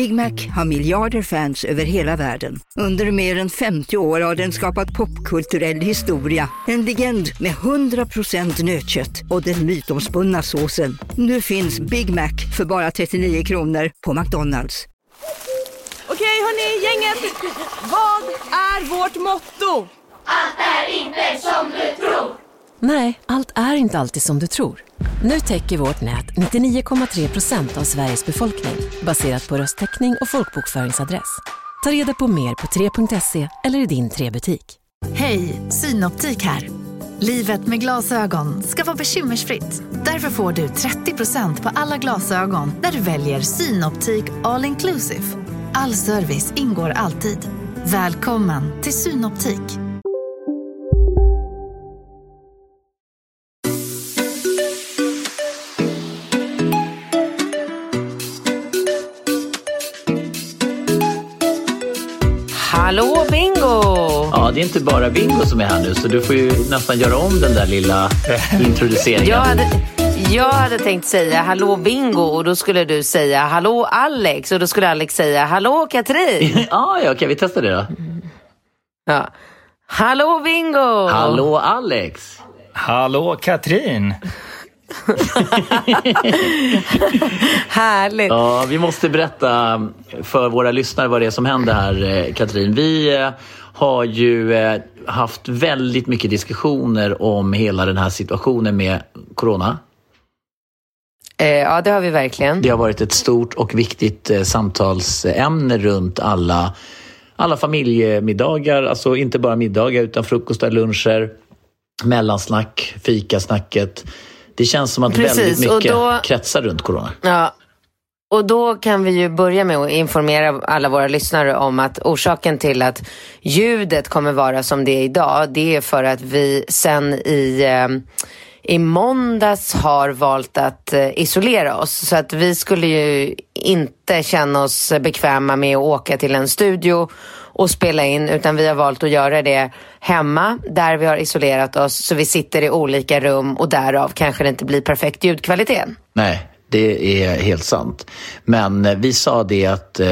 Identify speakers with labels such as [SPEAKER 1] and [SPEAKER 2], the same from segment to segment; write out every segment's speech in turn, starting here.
[SPEAKER 1] Big Mac har miljarder fans över hela världen. Under mer än 50 år har den skapat popkulturell historia. En legend med 100% nötkött och den mytomspunna såsen. Nu finns Big Mac för bara 39 kronor på McDonald's.
[SPEAKER 2] Okej hörni, gänget. Vad är vårt motto?
[SPEAKER 3] Allt är inte som du tror.
[SPEAKER 4] Nej, allt är inte alltid som du tror. Nu täcker vårt nät 99,3% av Sveriges befolkning baserat på röstteckning och folkbokföringsadress. Ta reda på mer på 3.se eller i din 3-butik.
[SPEAKER 5] Hej, Synoptik här. Livet med glasögon ska vara bekymmersfritt. Därför får du 30% på alla glasögon när du väljer Synoptik All Inclusive. All service ingår alltid. Välkommen till Synoptik.
[SPEAKER 6] Hallå Bingo!
[SPEAKER 7] Ja, det är inte bara Bingo som är här nu, så du får ju nästan göra om den där lilla introduceringen.
[SPEAKER 6] Jag hade tänkt säga hallå Bingo och då skulle du säga hallå Alex och då skulle Alex säga hallå Katrin.
[SPEAKER 7] Ja, okej, vi testar det då.
[SPEAKER 6] Ja. Hallå Bingo!
[SPEAKER 7] Hallå Alex!
[SPEAKER 8] Hallå Katrin!
[SPEAKER 6] Härligt.
[SPEAKER 7] Ja, vi måste berätta för våra lyssnare vad det är som händer här, Katrin. Vi har ju haft väldigt mycket diskussioner om hela den här situationen med corona.
[SPEAKER 6] Ja, det har vi verkligen.
[SPEAKER 7] Det har varit ett stort och viktigt samtalsämne runt alla familjemiddagar, alltså inte bara middagar utan frukostar, luncher, mellansnack, fikasnacket. Det känns som att väldigt mycket kretsar runt corona.
[SPEAKER 6] Ja, och då kan vi ju börja med att informera alla våra lyssnare om att orsaken till att ljudet kommer vara som det är idag, det är för att vi sen i måndags har valt att isolera oss. Så att vi skulle ju inte känna oss bekväma med att åka till en studio och spela in, utan vi har valt att göra det hemma där vi har isolerat oss, så vi sitter i olika rum och därav kanske det inte blir perfekt ljudkvalitet.
[SPEAKER 7] Nej, det är helt sant. Men vi sa det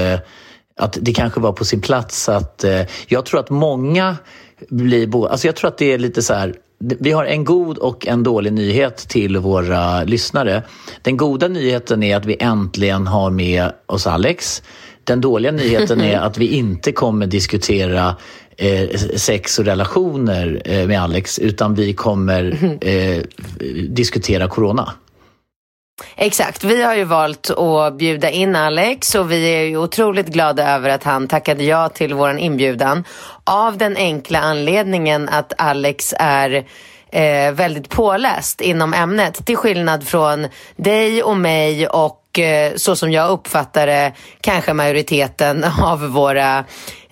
[SPEAKER 7] att det kanske var på sin plats att jag tror att många alltså jag tror att det är lite så här. Vi har en god och en dålig nyhet till våra lyssnare. Den goda nyheten är att vi äntligen har med oss Alex. Den dåliga nyheten är att vi inte kommer diskutera sex och relationer med Alex, utan vi kommer diskutera corona.
[SPEAKER 6] Exakt, vi har ju valt att bjuda in Alex och vi är ju otroligt glada över att han tackade ja till våran inbjudan. Av den enkla anledningen att Alex är väldigt påläst inom ämnet, till skillnad från dig och mig och så som jag uppfattar det, kanske majoriteten av våra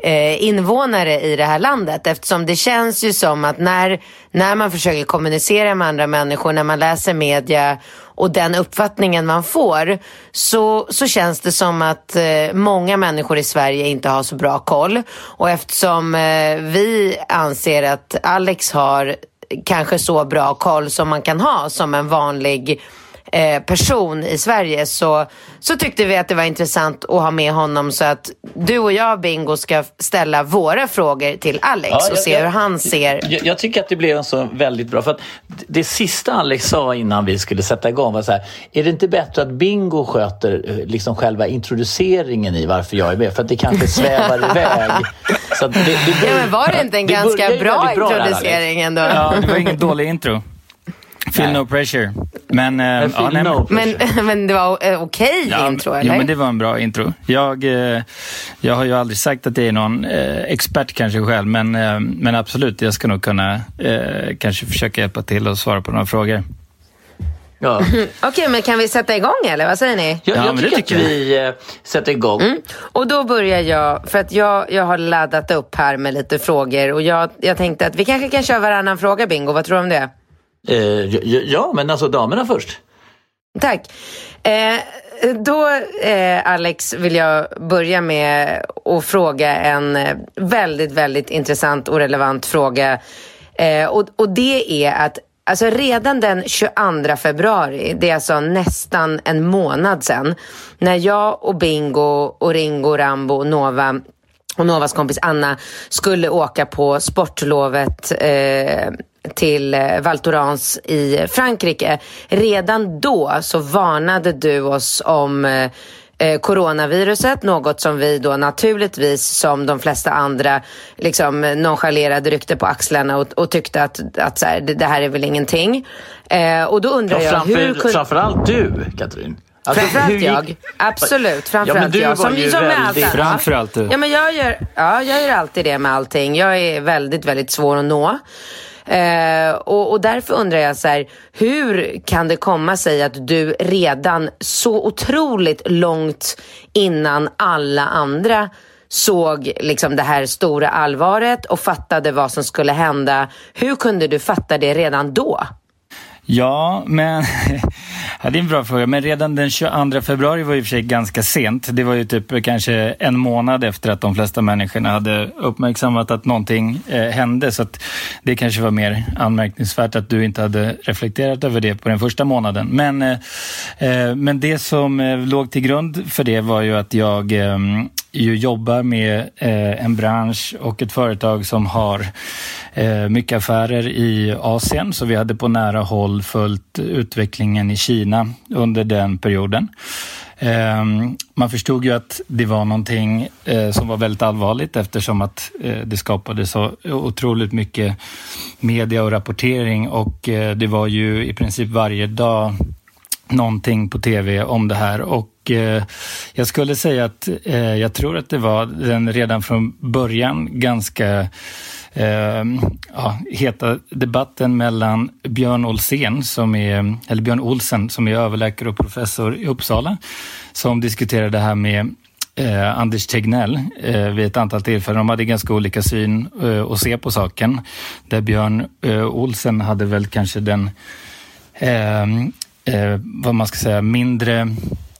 [SPEAKER 6] invånare i det här landet, eftersom det känns ju som att när man försöker kommunicera med andra människor, när man läser media och den uppfattningen man får, så känns det som att många människor i Sverige inte har så bra koll. Och eftersom vi anser att Alex har kanske så bra koll som man kan ha som en vanlig person i Sverige, så tyckte vi att det var intressant att ha med honom, så att du och jag, Bingo, ska ställa våra frågor till Alex och se hur han ser.
[SPEAKER 7] Jag tycker att det blev så väldigt bra, för att det sista Alex sa innan vi skulle sätta igång var så här: är det inte bättre att Bingo sköter liksom själva introduceringen i varför jag är med, för att det kanske svävar iväg. Så att
[SPEAKER 6] ja, men var det inte en ganska bra introducering ändå?
[SPEAKER 8] Ja, det var ingen dålig intro. Feel no pressure. Men
[SPEAKER 6] det var okej intro, eller?
[SPEAKER 8] Ja, men det var en bra intro. Jag har ju aldrig sagt att det är någon expert kanske själv, men absolut, jag ska nog kunna kanske försöka hjälpa till och svara på några frågor.
[SPEAKER 7] Ja.
[SPEAKER 6] Okej, men kan vi sätta igång eller? Vad säger ni?
[SPEAKER 7] Jag tycker att vi sätter igång.
[SPEAKER 6] Och då börjar jag, för att jag har laddat upp här med lite frågor, och jag tänkte att vi kanske kan köra varannan fråga, Bingo. Vad tror du om det?
[SPEAKER 7] Ja, men alltså damerna först.
[SPEAKER 6] Tack. Alex, vill jag börja med att fråga en väldigt, väldigt intressant och relevant fråga. Och det är att alltså redan den 22 februari, det är alltså nästan en månad sedan, när jag och Bingo och Ringo, Rambo och Nova och Novas kompis Anna skulle åka på sportlovet till Val Thorens i Frankrike. Redan då så varnade du oss om coronaviruset, något som vi då naturligtvis som de flesta andra liksom nonchalerade, ryckte på axlarna och tyckte att så här, det här är väl ingenting. Och då undrar jag
[SPEAKER 7] framförallt du, Katrin.
[SPEAKER 6] Alltså, framförallt jag. Absolut, framförallt jag. Som med allt.
[SPEAKER 8] Framförallt du.
[SPEAKER 6] Ja, men jag gör alltid det med allting. Jag är väldigt, väldigt svår att nå. Och därför undrar jag så här, hur kan det komma sig att du redan så otroligt långt innan alla andra såg liksom det här stora allvaret och fattade vad som skulle hända? Hur kunde du fatta det redan då?
[SPEAKER 8] Ja, men ja, det är en bra fråga. Men redan den 22 februari var ju för sig ganska sent. Det var ju typ kanske en månad efter att de flesta människorna hade uppmärksammat att någonting hände. Så att det kanske var mer anmärkningsvärt att du inte hade reflekterat över det på den första månaden. Men det som låg till grund för det var ju att jag ju jobbar med en bransch och ett företag som har mycket affärer i Asien, så vi hade på nära håll följt utvecklingen i Kina under den perioden. Man förstod ju att det var någonting som var väldigt allvarligt, eftersom att det skapade så otroligt mycket media och rapportering, och det var ju i princip varje dag någonting på tv om det här. Och jag skulle säga att jag tror att det var den redan från början ganska heta debatten mellan Björn Olsen som är överläkare och professor i Uppsala, som diskuterade det här med Anders Tegnell vid ett antal tillfällen. De hade ganska olika syn och se på saken, där Björn Olsen hade väl kanske den vad man ska säga mindre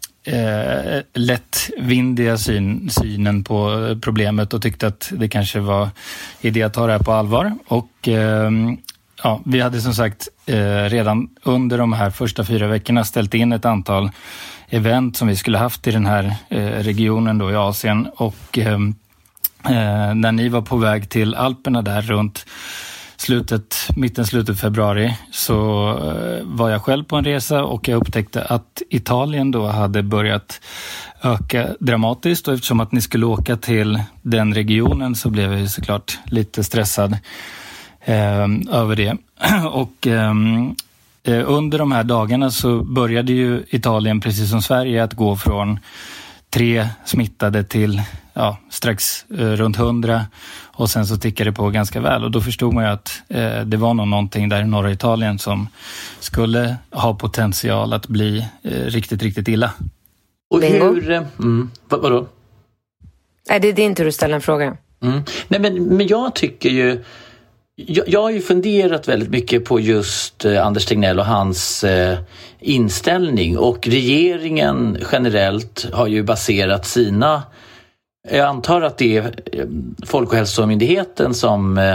[SPEAKER 8] lättvindiga synen på problemet, och tyckte att det kanske var idé att ta det här på allvar. Och vi hade som sagt redan under de här första 4 veckorna ställt in ett antal event som vi skulle haft i den här regionen då i Asien, och när ni var på väg till Alperna där runt mitten-slutet februari, så var jag själv på en resa, och jag upptäckte att Italien då hade börjat öka dramatiskt, och eftersom att ni skulle åka till den regionen så blev jag såklart lite stressad över det. Och under de här dagarna så började ju Italien, precis som Sverige, att gå från 3 smittade till strax runt 100, och sen så tickade det på ganska väl, och då förstod man ju att det var nog någonting där i norra Italien som skulle ha potential att bli riktigt, riktigt illa.
[SPEAKER 7] Och vadå?
[SPEAKER 6] Nej, det är din tur att ställa en fråga.
[SPEAKER 7] Nej, men jag tycker ju, jag har ju funderat väldigt mycket på just Anders Tegnell och hans inställning, och regeringen generellt har ju baserat sina, jag antar att det är Folkhälsomyndigheten som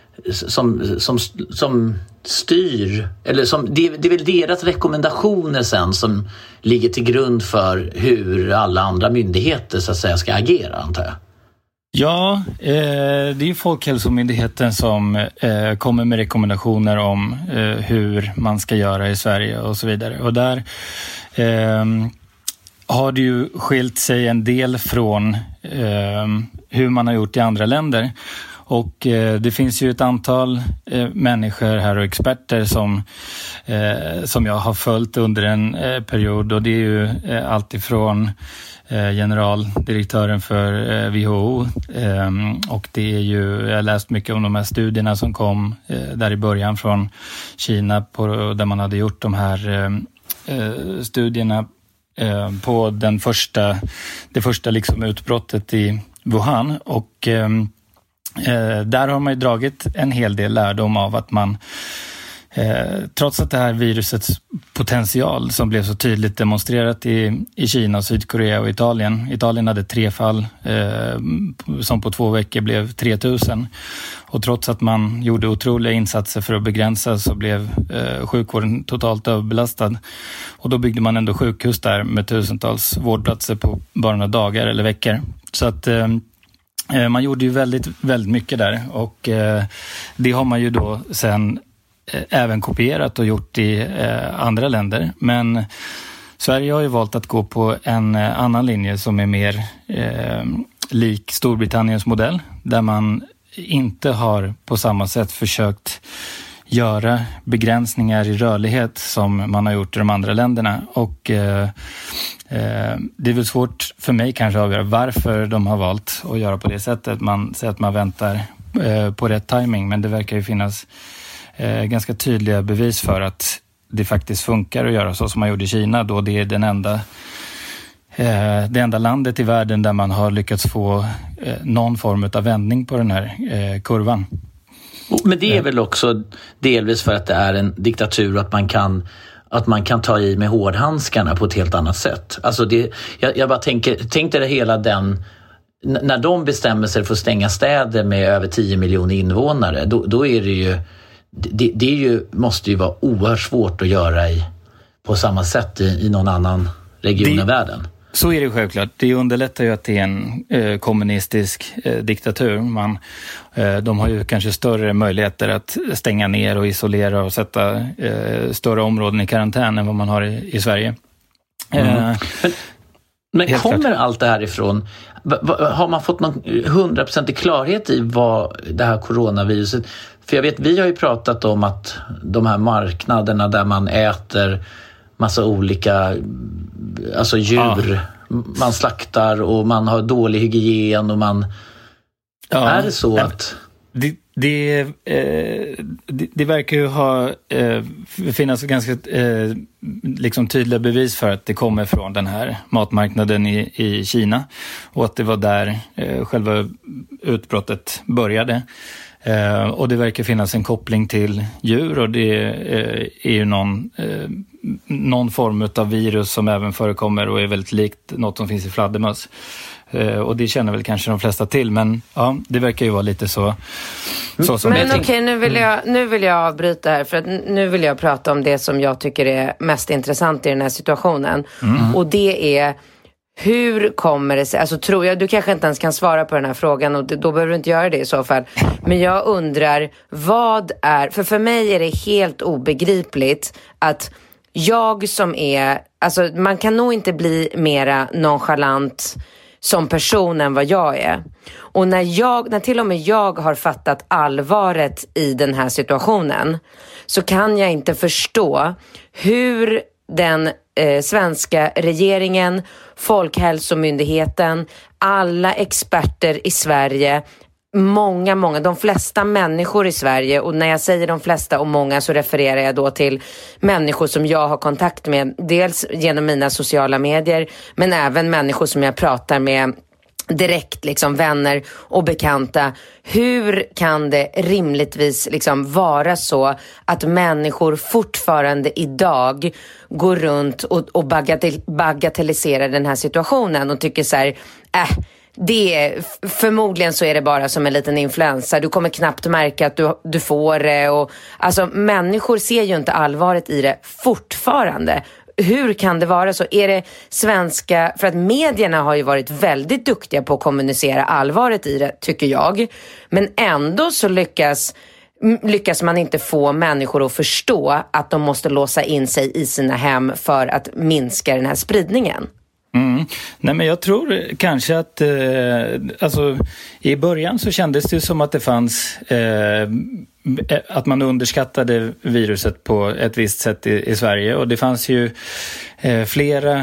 [SPEAKER 7] styr, eller det är väl deras rekommendationer sen som ligger till grund för hur alla andra myndigheter så att säga ska agera, antar jag.
[SPEAKER 8] Ja, det är Folkhälsomyndigheten som kommer med rekommendationer om hur man ska göra i Sverige och så vidare. Och där har det ju skilt sig en del från hur man har gjort i andra länder. Och det finns ju ett antal människor här och experter som jag har följt under en period, och det är ju alltifrån generaldirektören för WHO, och det är ju, jag har läst mycket om de här studierna som kom där i början från Kina, där man hade gjort de här studierna på det första liksom utbrottet i Wuhan, och där har man ju dragit en hel del lärdom av att man Trots att det här virusets potential som blev så tydligt demonstrerat i Kina, Sydkorea och Italien. Italien hade 3 fall som på 2 veckor blev 3000. Och trots att man gjorde otroliga insatser för att begränsa så blev sjukvården totalt överbelastad. Och då byggde man ändå sjukhus där med tusentals vårdplatser på bara några dagar eller veckor. Så att man gjorde ju väldigt, väldigt mycket där. Och det har man ju då sen även kopierat och gjort i andra länder. Men Sverige har ju valt att gå på en annan linje som är mer lik Storbritanniens modell. Där man inte har på samma sätt försökt göra begränsningar i rörlighet som man har gjort i de andra länderna. Och det är väl svårt för mig kanske att avgöra varför de har valt att göra på det sättet. Man säger att man väntar på rätt timing, men det verkar ju finnas ganska tydliga bevis för att det faktiskt funkar att göra så som man gjorde i Kina, då det är det enda landet i världen där man har lyckats få någon form av vändning på den här kurvan.
[SPEAKER 7] Men det är väl också delvis för att det är en diktatur och att man kan ta i med hårdhandskarna på ett helt annat sätt. Alltså jag bara tänkte det hela när de bestämmer sig för att stänga städer med över 10 miljoner invånare, då är det ju måste ju vara oerhört svårt att göra på samma sätt i någon annan region i världen.
[SPEAKER 8] Så är det självklart. Det underlättar ju att det är en kommunistisk diktatur. De har ju kanske större möjligheter att stänga ner och isolera och sätta större områden i karantän än vad man har i Sverige.
[SPEAKER 7] Men kommer allt det här ifrån? Har man fått någon 100% klarhet i vad det här coronaviruset... För jag vet, vi har ju pratat om att de här marknaderna där man äter massa olika djur, man slaktar och man har dålig hygien och man... är det så att...
[SPEAKER 8] Det verkar ju finnas ganska tydliga bevis för att det kommer från den här matmarknaden i Kina och att det var där själva utbrottet började. Och det verkar finnas en koppling till djur och det är ju någon form av virus som även förekommer och är väldigt likt något som finns i fladdermöss. Och det känner väl kanske de flesta till, men ja, det verkar ju vara lite så som
[SPEAKER 6] men okej, nu vill jag avbryta här, för att nu vill jag prata om det som jag tycker är mest intressant i den här situationen. Och det är: hur kommer det sig, alltså tror jag, du kanske inte ens kan svara på den här frågan och då behöver du inte göra det i så fall. Men jag undrar, för mig är det helt obegripligt att jag som är, alltså man kan nog inte bli mera nonchalant som person än vad jag är. Och när till och med jag har fattat allvaret i den här situationen, så kan jag inte förstå hur den svenska regeringen, Folkhälsomyndigheten, alla experter i Sverige, de flesta människor i Sverige, och när jag säger de flesta och många så refererar jag då till människor som jag har kontakt med, dels genom mina sociala medier, men även människor som jag pratar med direkt, liksom vänner och bekanta. Hur kan det rimligtvis liksom vara så att människor fortfarande idag går runt och bagatelliserar den här situationen och tycker så här, förmodligen så är det bara som en liten influensa. Du kommer knappt märka att du får det. Och, alltså, människor ser ju inte allvaret i det fortfarande. Hur kan det vara så? Är det svenska... För att medierna har ju varit väldigt duktiga på att kommunicera allvaret i det, tycker jag. Men ändå så lyckas man inte få människor att förstå att de måste låsa in sig i sina hem för att minska den här spridningen.
[SPEAKER 8] Nej, men jag tror kanske att i början så kändes det som att det fanns att man underskattade viruset på ett visst sätt i Sverige, och det fanns ju flera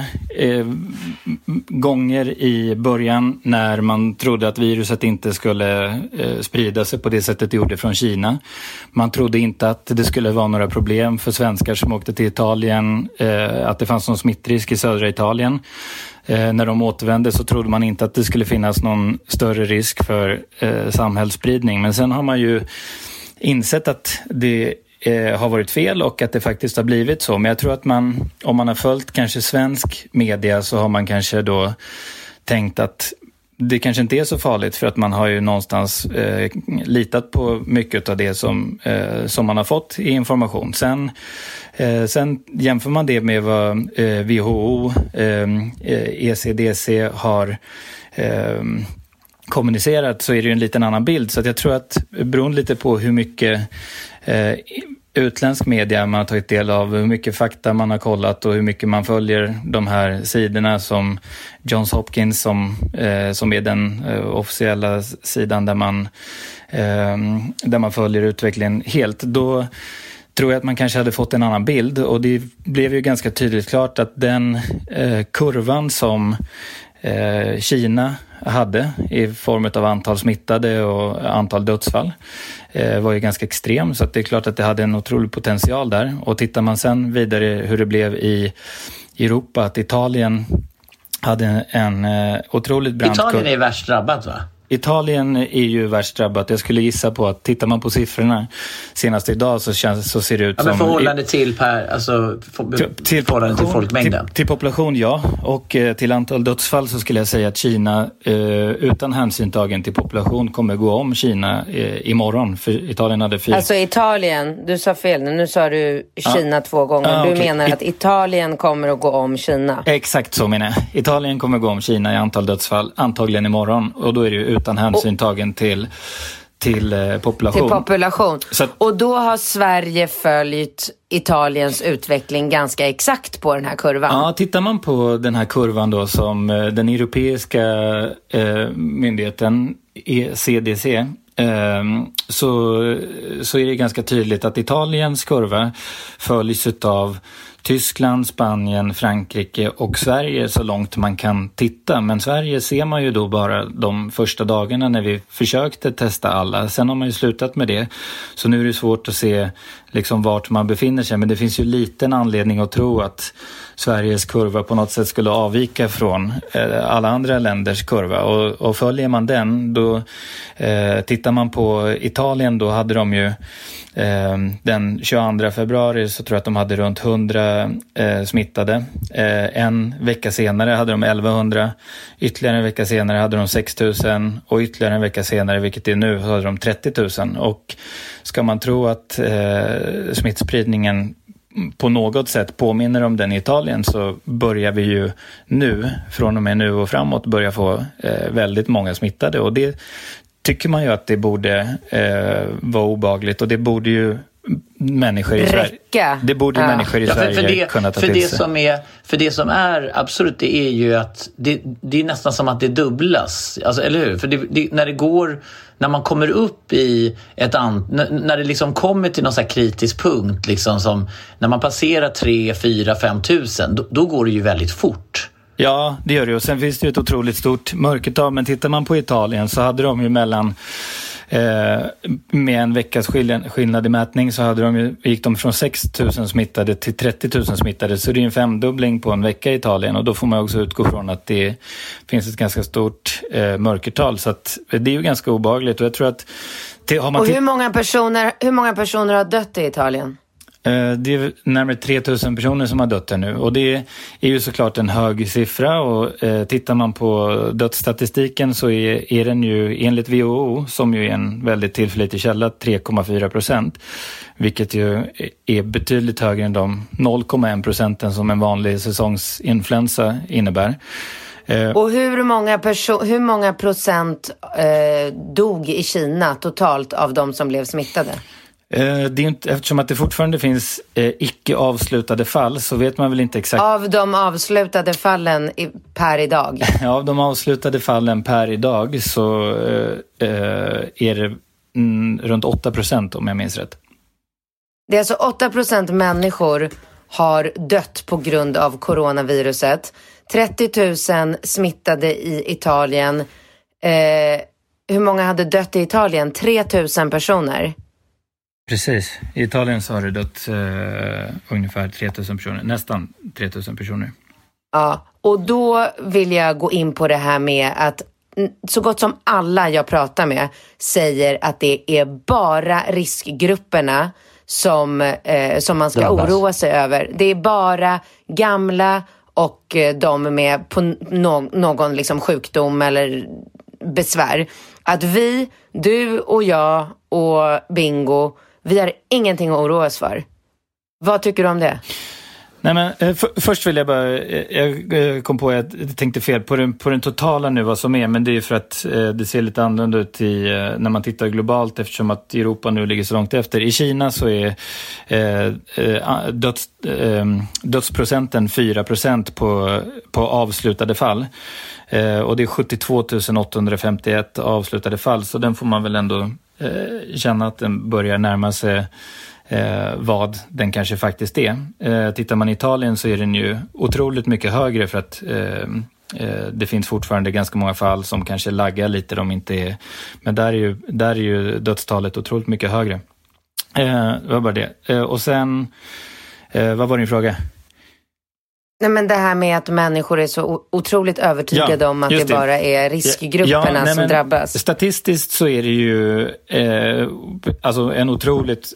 [SPEAKER 8] gånger i början när man trodde att viruset inte skulle sprida sig på det sättet det gjorde från Kina. Man trodde inte att det skulle vara några problem för svenskar som åkte till Italien, att det fanns någon smittrisk i södra Italien. När de återvände så trodde man inte att det skulle finnas någon större risk för samhällsspridning. Men sen har man ju insett att det har varit fel och att det faktiskt har blivit så. Men jag tror att om man har följt kanske svensk media så har man kanske då tänkt att det kanske inte är så farligt för att man har ju någonstans litat på mycket av det som man har fått i information. Sen jämför man det med vad WHO, ECDC har kommunicerat, så är det ju en liten annan bild. Så att jag tror att beroende lite på hur mycket utländsk media man har tagit del av, hur mycket fakta man har kollat och hur mycket man följer de här sidorna som Johns Hopkins som är den officiella sidan där man följer utvecklingen helt, då tror jag att man kanske hade fått en annan bild. Och det blev ju ganska tydligt klart att den kurvan som Kina hade i form av antal smittade och antal dödsfall var ju ganska extrem, så att det är klart att det hade en otrolig potential där. Och tittar man sen vidare hur det blev i Europa, att Italien hade en otroligt brant kurva.
[SPEAKER 7] Italien är värst drabbat, va?
[SPEAKER 8] Italien är ju värst drabbat. Jag skulle gissa på att tittar man på siffrorna senast idag så ser det ut som...
[SPEAKER 7] Men förhållande till förhållande till folkmängden?
[SPEAKER 8] Till population, ja. Och till antal dödsfall så skulle jag säga att Kina utan hänsyntagen till population kommer gå om Kina imorgon. För Italien hade 4...
[SPEAKER 6] Alltså Italien, du sa fel nu sa du Kina 2 gånger. Du menar att Italien kommer att gå om Kina?
[SPEAKER 8] Exakt så menar jag. Italien kommer gå om Kina i antal dödsfall antagligen imorgon. Och då är det ju utan hänsyn tagen till population.
[SPEAKER 6] Till population. Och då har Sverige följt Italiens utveckling ganska exakt på den här kurvan.
[SPEAKER 8] Ja, tittar man på den här kurvan då som den europeiska myndigheten ECDC så är det ganska tydligt att Italiens kurva följs av Tyskland, Spanien, Frankrike och Sverige så långt man kan titta. Men Sverige ser man ju då bara de första dagarna när vi försökte testa alla. Sen har man ju slutat med det. Så nu är det svårt att se liksom vart man befinner sig. Men det finns ju liten anledning att tro att Sveriges kurva på något sätt skulle avvika från alla andra länders kurva. Och följer man den, då tittar man på Italien, då hade de ju den 22 februari så tror jag att de hade runt 100 smittade. En vecka senare hade de 1100, ytterligare en vecka senare hade de 6000 och ytterligare en vecka senare, vilket är nu, hade de 30 000. Och ska man tro att smittspridningen på något sätt påminner om den i Italien, så börjar vi ju nu, från och med nu och framåt, börja få väldigt många smittade. Och det tycker man ju att det borde vara obehagligt, och det borde ju människor i Sverige, det borde människor i Sverige kunna ta till sig.
[SPEAKER 7] För det som är absurt, det är ju att det är nästan som att det dubblas, alltså, eller hur? För när man kommer upp i när det liksom kommer till någon så här kritisk punkt, liksom som när man passerar 3, 4, 5 tusen, då går det ju väldigt fort.
[SPEAKER 8] Ja, det gör det. Och sen finns det ju ett otroligt stort mörkertal. Men tittar man på Italien så hade de ju med en veckas skillnad i mätning så gick de från 6 000 smittade till 30 000 smittade. Så det är en 5-dubbling på en vecka i Italien. Och då får man också utgå från att det finns ett ganska stort mörkertal. Så att det är ju ganska obehagligt. Och jag tror att...
[SPEAKER 6] Och hur många personer har dött i Italien?
[SPEAKER 8] Det är närmare 3000 personer som har dött här nu, och det är ju såklart en hög siffra. Och tittar man på dödsstatistiken så är den ju enligt WHO, som ju är en väldigt tillförlitlig källa, 3,4%, vilket ju är betydligt högre än de 0,1% som en vanlig säsongsinfluensa innebär.
[SPEAKER 6] Och hur många procent dog i Kina totalt av de som blev smittade?
[SPEAKER 8] Det är inte, eftersom att det fortfarande finns icke avslutade fall, så vet man väl inte exakt. Av
[SPEAKER 6] de avslutade fallen per idag?
[SPEAKER 8] Ja, av de avslutade fallen per idag så är det runt 8%, om jag minns rätt.
[SPEAKER 6] Det är alltså 8% människor har dött på grund av coronaviruset. 30 000 smittade i Italien. Hur många hade dött i Italien? 3 000 personer.
[SPEAKER 8] Precis. I Italien så har det dött ungefär 3 000 personer. Nästan 3 000 personer.
[SPEAKER 6] Ja, och då vill jag gå in på det här med att så gott som alla jag pratar med säger att det är bara riskgrupperna som man ska oroa sig över. Det är bara gamla och de med på någon liksom sjukdom eller besvär. Att du och jag och Bingo, vi har ingenting att oroa oss för. Vad tycker du om det?
[SPEAKER 8] Nej, men först vill jag bara, jag kom på att jag tänkte fel på den totala nu vad som är, men det är för att det ser lite annorlunda ut när man tittar globalt, eftersom att Europa nu ligger så långt efter. I Kina så är dödsprocenten 4% på avslutade fall. Och det är 72 851 avslutade fall, så den får man väl ändå känna att den börjar närma sig vad den kanske faktiskt är. Tittar man i Italien så är den ju otroligt mycket högre, för att det finns fortfarande ganska många fall som kanske laggar lite, de inte är, men där är ju dödstalet otroligt mycket högre. Det var bara det. Och sen, vad var din fråga?
[SPEAKER 6] Nej, men det här med att människor är så otroligt övertygade om att det bara är riskgrupperna som drabbas.
[SPEAKER 8] Statistiskt så är det ju alltså en otroligt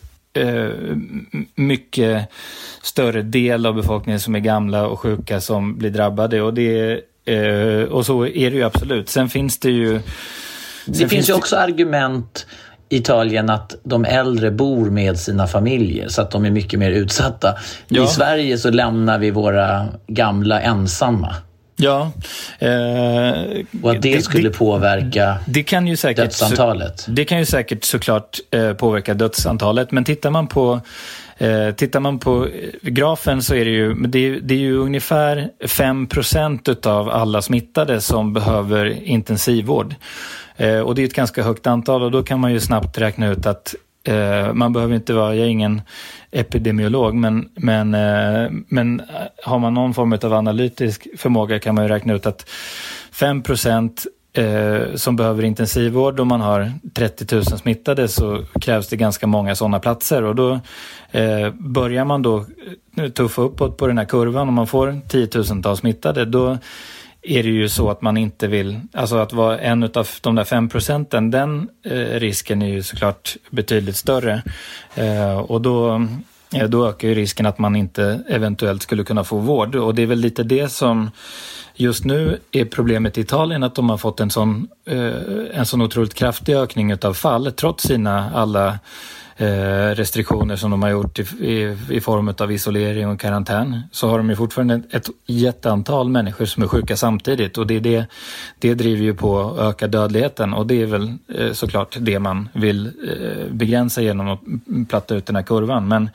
[SPEAKER 8] mycket större del av befolkningen som är gamla och sjuka som blir drabbade, och så är det ju absolut. Sen finns det ju...
[SPEAKER 7] Det finns ju också argument i Italien att de äldre bor med sina familjer, så att de är mycket mer utsatta. Ja. I Sverige så lämnar vi våra gamla ensamma.
[SPEAKER 8] Ja.
[SPEAKER 7] Och att det skulle påverka dödsantalet.
[SPEAKER 8] Det kan ju säkert såklart påverka dödsantalet, men tittar man på grafen så är det är ju ungefär 5% av alla smittade som behöver intensivvård. Och det är ett ganska högt antal, och då kan man ju snabbt räkna ut att man behöver inte vara, jag är ingen epidemiolog, men har man någon form av analytisk förmåga kan man ju räkna ut att 5% som behöver intensivvård, om man har 30 000 smittade, så krävs det ganska många sådana platser, och då börjar man då tuffa uppåt på den här kurvan, och man får 10 000-tals smittade, då är det ju så att man inte vill, alltså att vara en av de där 5%, den risken är ju såklart betydligt större, och då ökar ju risken att man inte eventuellt skulle kunna få vård, och det är väl lite det som just nu är problemet i Italien, att de har fått en sån otroligt kraftig ökning av fall, trots sina alla restriktioner som de har gjort i form av isolering och karantän, så har de ju fortfarande ett jätteantal människor som är sjuka samtidigt, och det driver ju på att öka dödligheten, och det är väl såklart det man vill begränsa genom att platta ut den här kurvan. Men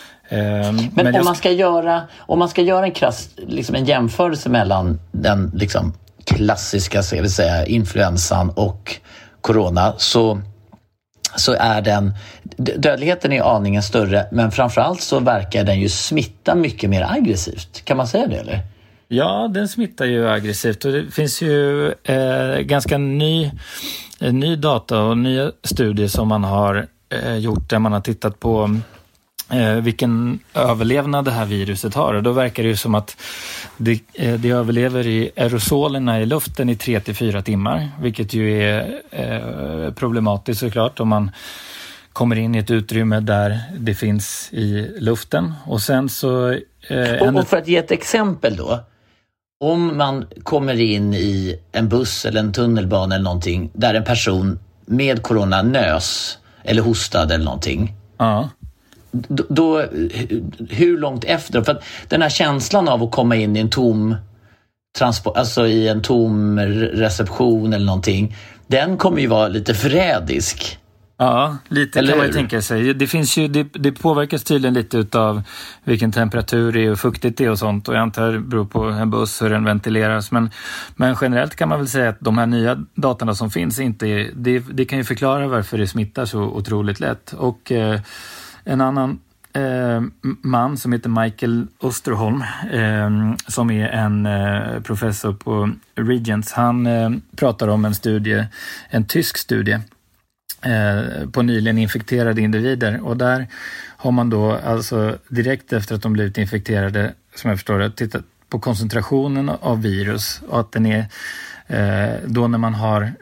[SPEAKER 8] om man ska göra en krass, liksom en jämförelse mellan den liksom klassiska, ska vi säga, influensan och corona, så är dödligheten är aningen större, men framförallt så verkar den ju smitta mycket mer aggressivt. Kan man säga det, eller? Ja, den smittar ju aggressivt, och det finns ju ganska ny data och nya studier som man har gjort, där man har tittat på vilken överlevnad det här viruset har, och då verkar det ju som att det överlever i aerosolerna i luften i 3-4 timmar, vilket ju är problematiskt såklart om man kommer in i ett utrymme där det finns i luften. Och sen så...
[SPEAKER 7] Och för att ge ett exempel då, om man kommer in i en buss eller en tunnelbana eller någonting där en person med corona nös eller hostade eller någonting.
[SPEAKER 8] Ja.
[SPEAKER 7] Då, hur långt efter? För att den här känslan av att komma in i en tom transport, alltså i en tom reception eller någonting, den kommer ju vara lite förrädisk.
[SPEAKER 8] Ja, lite eller kan man ju tänka sig. Det finns ju, det påverkas tydligen lite utav vilken temperatur det är och fuktigt det är och sånt, och jag antar det beror på en buss hur den ventileras, men generellt kan man väl säga att de här nya datorna som finns inte, det kan ju förklara varför det smittar så otroligt lätt. Och en annan man som heter Michael Osterholm, som är en professor på Regents, han pratar om en tysk studie på nyligen infekterade individer, och där har man då alltså direkt efter att de blivit infekterade, som jag förstår det, tittat på koncentrationen av virus, och att den är då när man har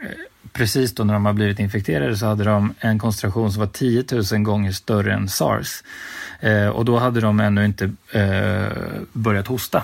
[SPEAKER 8] precis då när de har blivit infekterade så hade de en koncentration som var 10 000 gånger större än SARS. Och då hade de ännu inte börjat hosta.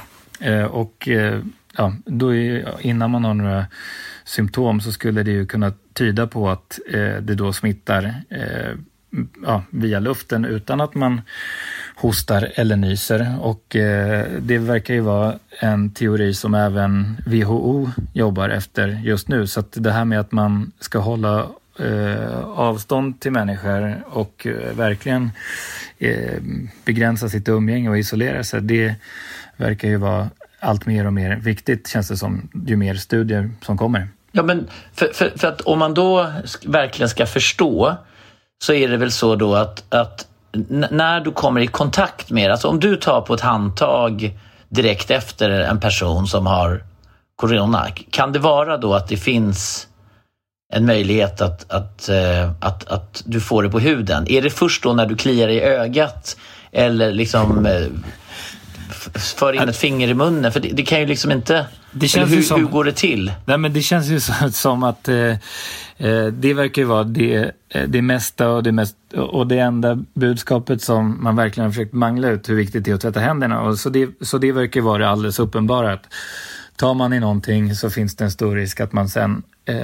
[SPEAKER 8] Då innan man har några symptom så skulle det ju kunna tyda på att det då smittar via luften utan att man hostar eller nyser. Och det verkar ju vara en teori som även WHO jobbar efter just nu. Så att det här med att man ska hålla avstånd till människor och verkligen begränsa sitt umgänge och isolera sig, det verkar ju vara allt mer och mer viktigt, känns det som, ju mer studier som kommer. Ja, men för att om man då verkligen ska förstå så är det väl så då att när du kommer i kontakt med, alltså om du tar på ett handtag direkt efter en person som har corona, kan det vara då att det finns en möjlighet att du får det på huden? Är det först då när du kliar i ögat eller liksom för in ett finger i munnen? För det kan ju liksom inte... Det känns hur går det till? Nej, men det känns ju som att det verkar ju vara det mesta och det enda budskapet som man verkligen har försökt mangla ut, hur viktigt det är att tvätta händerna. Och så det verkar ju vara alldeles uppenbart att tar man i någonting så finns det en stor risk att man sen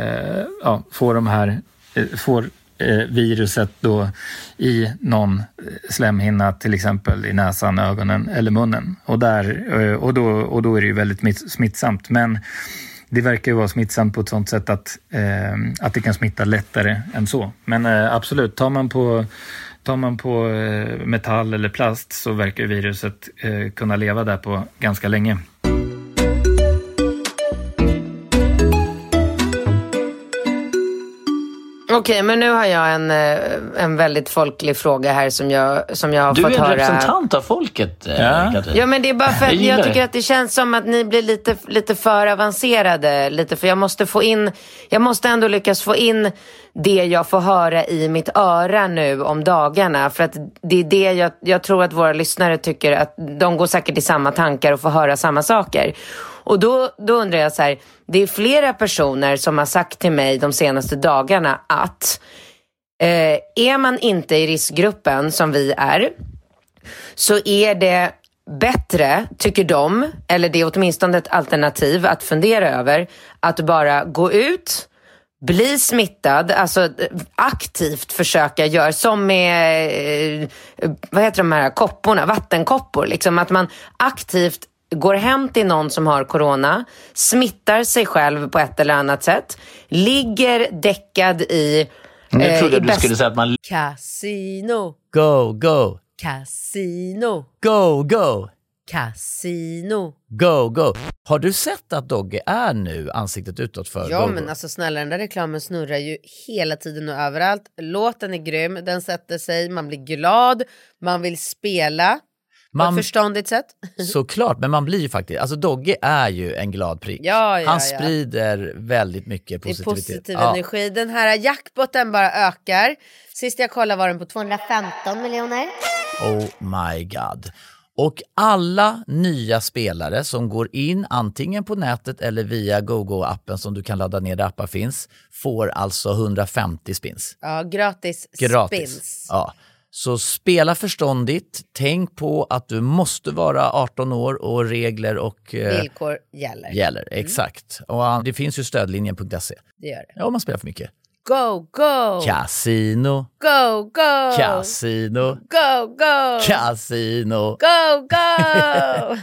[SPEAKER 8] får viruset då i någon slemhinna, till exempel i näsan, ögonen eller munnen. Och då är det ju väldigt smittsamt. Men det verkar ju vara smittsamt på ett sånt sätt att det kan smitta lättare än så. Men absolut, tar man på metall eller plast så verkar viruset kunna leva där på ganska länge.
[SPEAKER 6] Okej, men nu har jag en väldigt folklig fråga här som jag har fått höra. Du är en
[SPEAKER 7] representant av folket, Katrin.
[SPEAKER 6] Ja, men det är bara för att jag tycker att det känns som att ni blir lite för avancerade. För jag måste ändå lyckas få in det jag får höra i mitt öra nu om dagarna. För att det är det jag tror att våra lyssnare tycker, att de går säkert i samma tankar och får höra samma saker. Och då undrar jag så här, det är flera personer som har sagt till mig de senaste dagarna att är man inte i riskgruppen som vi är, så är det bättre, tycker de, eller det är åtminstone ett alternativ att fundera över, att bara gå ut, bli smittad, alltså aktivt försöka göra som med vad heter de här kopporna, vattenkoppor, liksom att man aktivt går hem till någon som har corona, smittar sig själv på ett eller annat sätt, ligger däckad i...
[SPEAKER 7] Nu trodde jag du skulle säga att man...
[SPEAKER 2] Casino.
[SPEAKER 9] Go, go.
[SPEAKER 2] Casino.
[SPEAKER 9] Go, go.
[SPEAKER 2] Casino.
[SPEAKER 9] Go, go. Har du sett att Dogge är nu ansiktet utåt för
[SPEAKER 2] Ja,
[SPEAKER 9] go,
[SPEAKER 2] men
[SPEAKER 9] go?
[SPEAKER 2] alltså snälla, den där reklamen snurrar ju hela tiden och överallt. Låten är grym, den sätter sig, man blir glad, man vill spela. På ett förståndigt sätt.
[SPEAKER 9] Såklart, men man blir ju faktiskt... Alltså Dogge är ju en glad prick.
[SPEAKER 2] Han
[SPEAKER 9] sprider väldigt mycket positivitet.
[SPEAKER 2] Det är positiv energi. Den här jackpotten bara ökar. Sist jag kollade var den på 215 miljoner.
[SPEAKER 9] Oh my god. Och alla nya spelare som går in antingen på nätet eller via GoGo-appen som du kan ladda ner där appar finns, får alltså 150 spins.
[SPEAKER 2] Ja, gratis. Spins.
[SPEAKER 9] Ja. Så spela förståndigt, tänk på att du måste vara 18 år och regler och
[SPEAKER 2] villkor gäller.
[SPEAKER 9] Exakt. Och det finns ju stödlinjen.se.
[SPEAKER 2] Det gör det.
[SPEAKER 9] Ja, om man spelar för mycket.
[SPEAKER 2] Go, go!
[SPEAKER 9] Casino.
[SPEAKER 2] Go, go!
[SPEAKER 9] Casino.
[SPEAKER 2] Go, go!
[SPEAKER 9] Casino.
[SPEAKER 2] Go, go!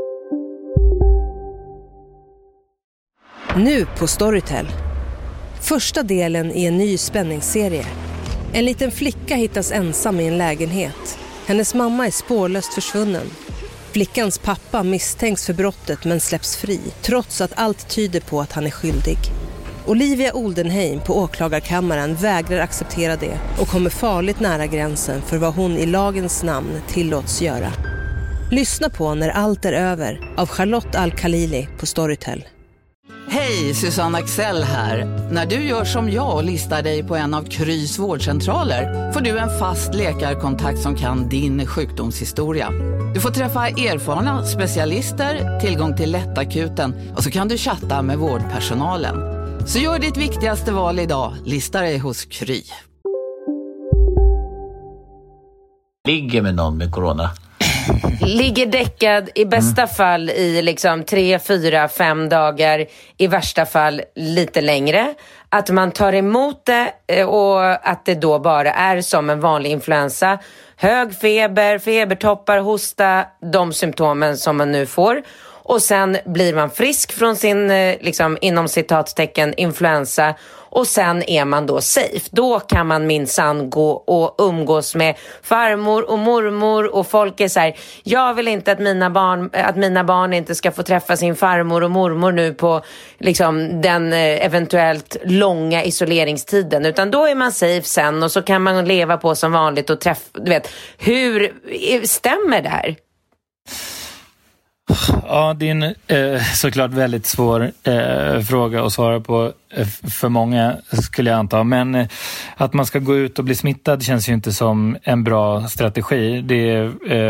[SPEAKER 10] Nu på Storytel. Första delen i en ny spänningsserie. En liten flicka hittas ensam i en lägenhet. Hennes mamma är spårlöst försvunnen. Flickans pappa misstänks för brottet men släpps fri, trots att allt tyder på att han är skyldig. Olivia Oldenheim på åklagarkammaren vägrar acceptera det och kommer farligt nära gränsen för vad hon i lagens namn tillåts göra. Lyssna på När allt är över av Charlotte Al-Khalili på Storytel.
[SPEAKER 11] Hej, Susanne Axel här. När du gör som jag och listar dig på en av Krys vårdcentraler får du en fast läkarkontakt som kan din sjukdomshistoria. Du får träffa erfarna specialister, tillgång till lättakuten och så kan du chatta med vårdpersonalen. Så gör ditt viktigaste val idag. Lista dig hos Kry.
[SPEAKER 7] Ligger med någon med corona?
[SPEAKER 6] Ligger däckad i bästa fall i liksom 3, 4, 5 dagar, i värsta fall lite längre. Att man tar emot det och att det då bara är som en vanlig influensa. Hög feber, febertoppar, hosta, de symptomen som man nu får. Och sen blir man frisk från sin, liksom, inom citattecken, influensa. Och sen är man då safe. Då kan man minsann gå och umgås med farmor och mormor. Och folk är så här, jag vill inte att mina barn inte ska få träffa sin farmor och mormor nu på liksom, den eventuellt långa isoleringstiden. Utan då är man safe sen och så kan man leva på som vanligt och träffa, du vet. Hur stämmer det här?
[SPEAKER 8] Ja, det är en såklart väldigt svår fråga att svara på för många, skulle jag anta. Men att man ska gå ut och bli smittad känns ju inte som en bra strategi. Det är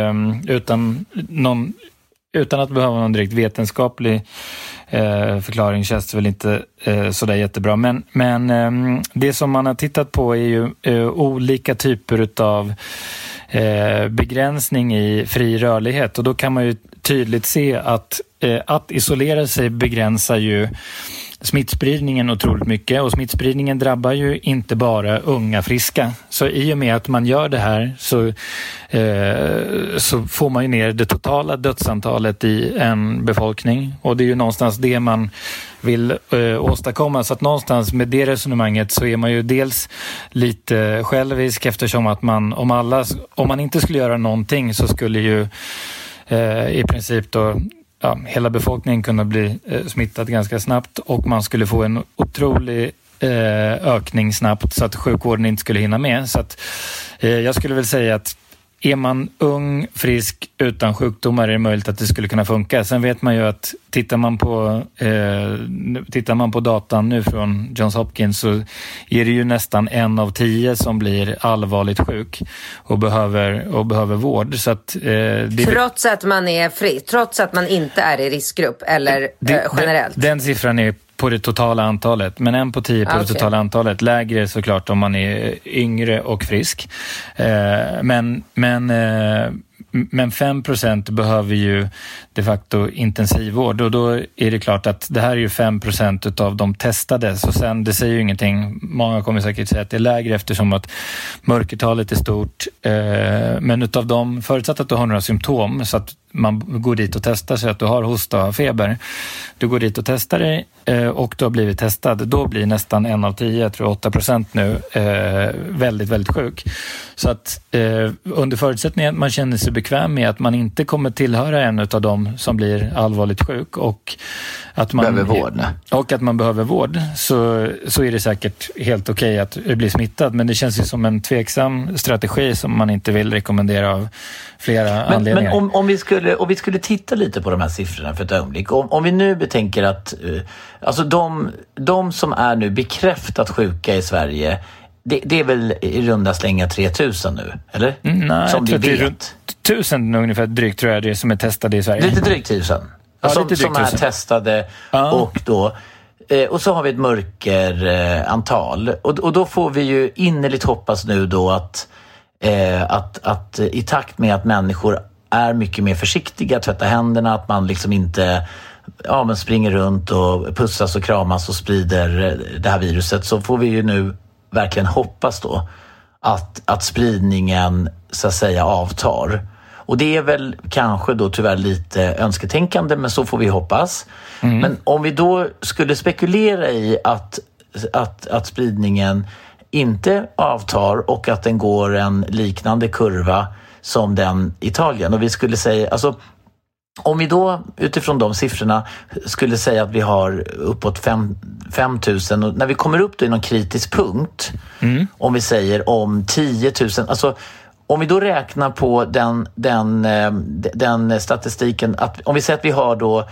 [SPEAKER 8] utan att behöva någon direkt vetenskaplig förklaring känns det väl inte sådär jättebra. Men det som man har tittat på är ju olika typer utav begränsning i fri rörlighet. Och då kan man ju tydligt se att isolera sig begränsar ju smittspridningen otroligt mycket, och smittspridningen drabbar ju inte bara unga friska. Så i och med att man gör det här så får man ju ner det totala dödsantalet i en befolkning, och det är ju någonstans det man vill åstadkomma. Så att någonstans med det resonemanget så är man ju dels lite självisk, eftersom att om man inte skulle göra någonting så skulle ju i princip då hela befolkningen kunna bli smittad ganska snabbt, och man skulle få en otrolig ökning snabbt så att sjukvården inte skulle hinna med. Så att jag skulle väl säga att är man ung, frisk, utan sjukdomar är det möjligt att det skulle kunna funka. Sen vet man ju att tittar man på datan nu från Johns Hopkins så är det ju nästan 1 av 10 som blir allvarligt sjuk och behöver vård. Så att,
[SPEAKER 6] trots att man är fri, trots att man inte är i riskgrupp eller generellt? Den
[SPEAKER 8] siffran är på det totala antalet, men 1 på 10 på det totala antalet. Lägre såklart om man är yngre och frisk. Men 5% behöver ju de facto intensivvård, och då är det klart att det här är ju 5% av de testade, så sen det säger ju ingenting. Många kommer säkert säga att det är lägre eftersom att mörkertalet är stort, men utav dem, förutsatt att du har några symptom, så att man går dit och testar sig att du har hosta och feber. Du går dit och testar dig och du har blivit testad. Då blir nästan 1 av 10, jag tror 8% nu, väldigt, väldigt sjuk. Så att under förutsättningen att man känner sig bekväm med att man inte kommer tillhöra en av dem som blir allvarligt sjuk och att man behöver vård, så är det säkert helt okej att bli smittad. Men det känns ju som en tveksam strategi som man inte vill rekommendera av flera anledningar.
[SPEAKER 7] Men om vi skulle titta lite på de här siffrorna för ett ögonblick. Om vi nu betänker att alltså de som är nu bekräftat sjuka i Sverige, det är väl i runda slänga 3000 nu, eller?
[SPEAKER 8] Nej,
[SPEAKER 7] som
[SPEAKER 8] jag tror det är runt 1000 ungefär drygt, tror jag det är, som är testade i Sverige.
[SPEAKER 7] Lite drygt 1000. Som är testade och då... Och så har vi ett mörkerantal. Och då får vi ju innerligt hoppas nu då att i takt med att människor är mycket mer försiktiga, tvätta händerna, att man liksom inte men springer runt och pussas och kramas och sprider det här viruset, så får vi ju nu verkligen hoppas då att spridningen så att säga avtar. Och det är väl kanske då tyvärr lite önsketänkande, men så får vi hoppas. Men om vi då skulle spekulera i att spridningen inte avtar och att den går en liknande kurva som den i Italien, och vi skulle säga, alltså om vi då utifrån de siffrorna skulle säga att vi har uppåt 5000, och när vi kommer upp då i någon kritisk punkt, om vi säger om 10 000, alltså om vi då räknar på den statistiken, att om vi säger att vi har då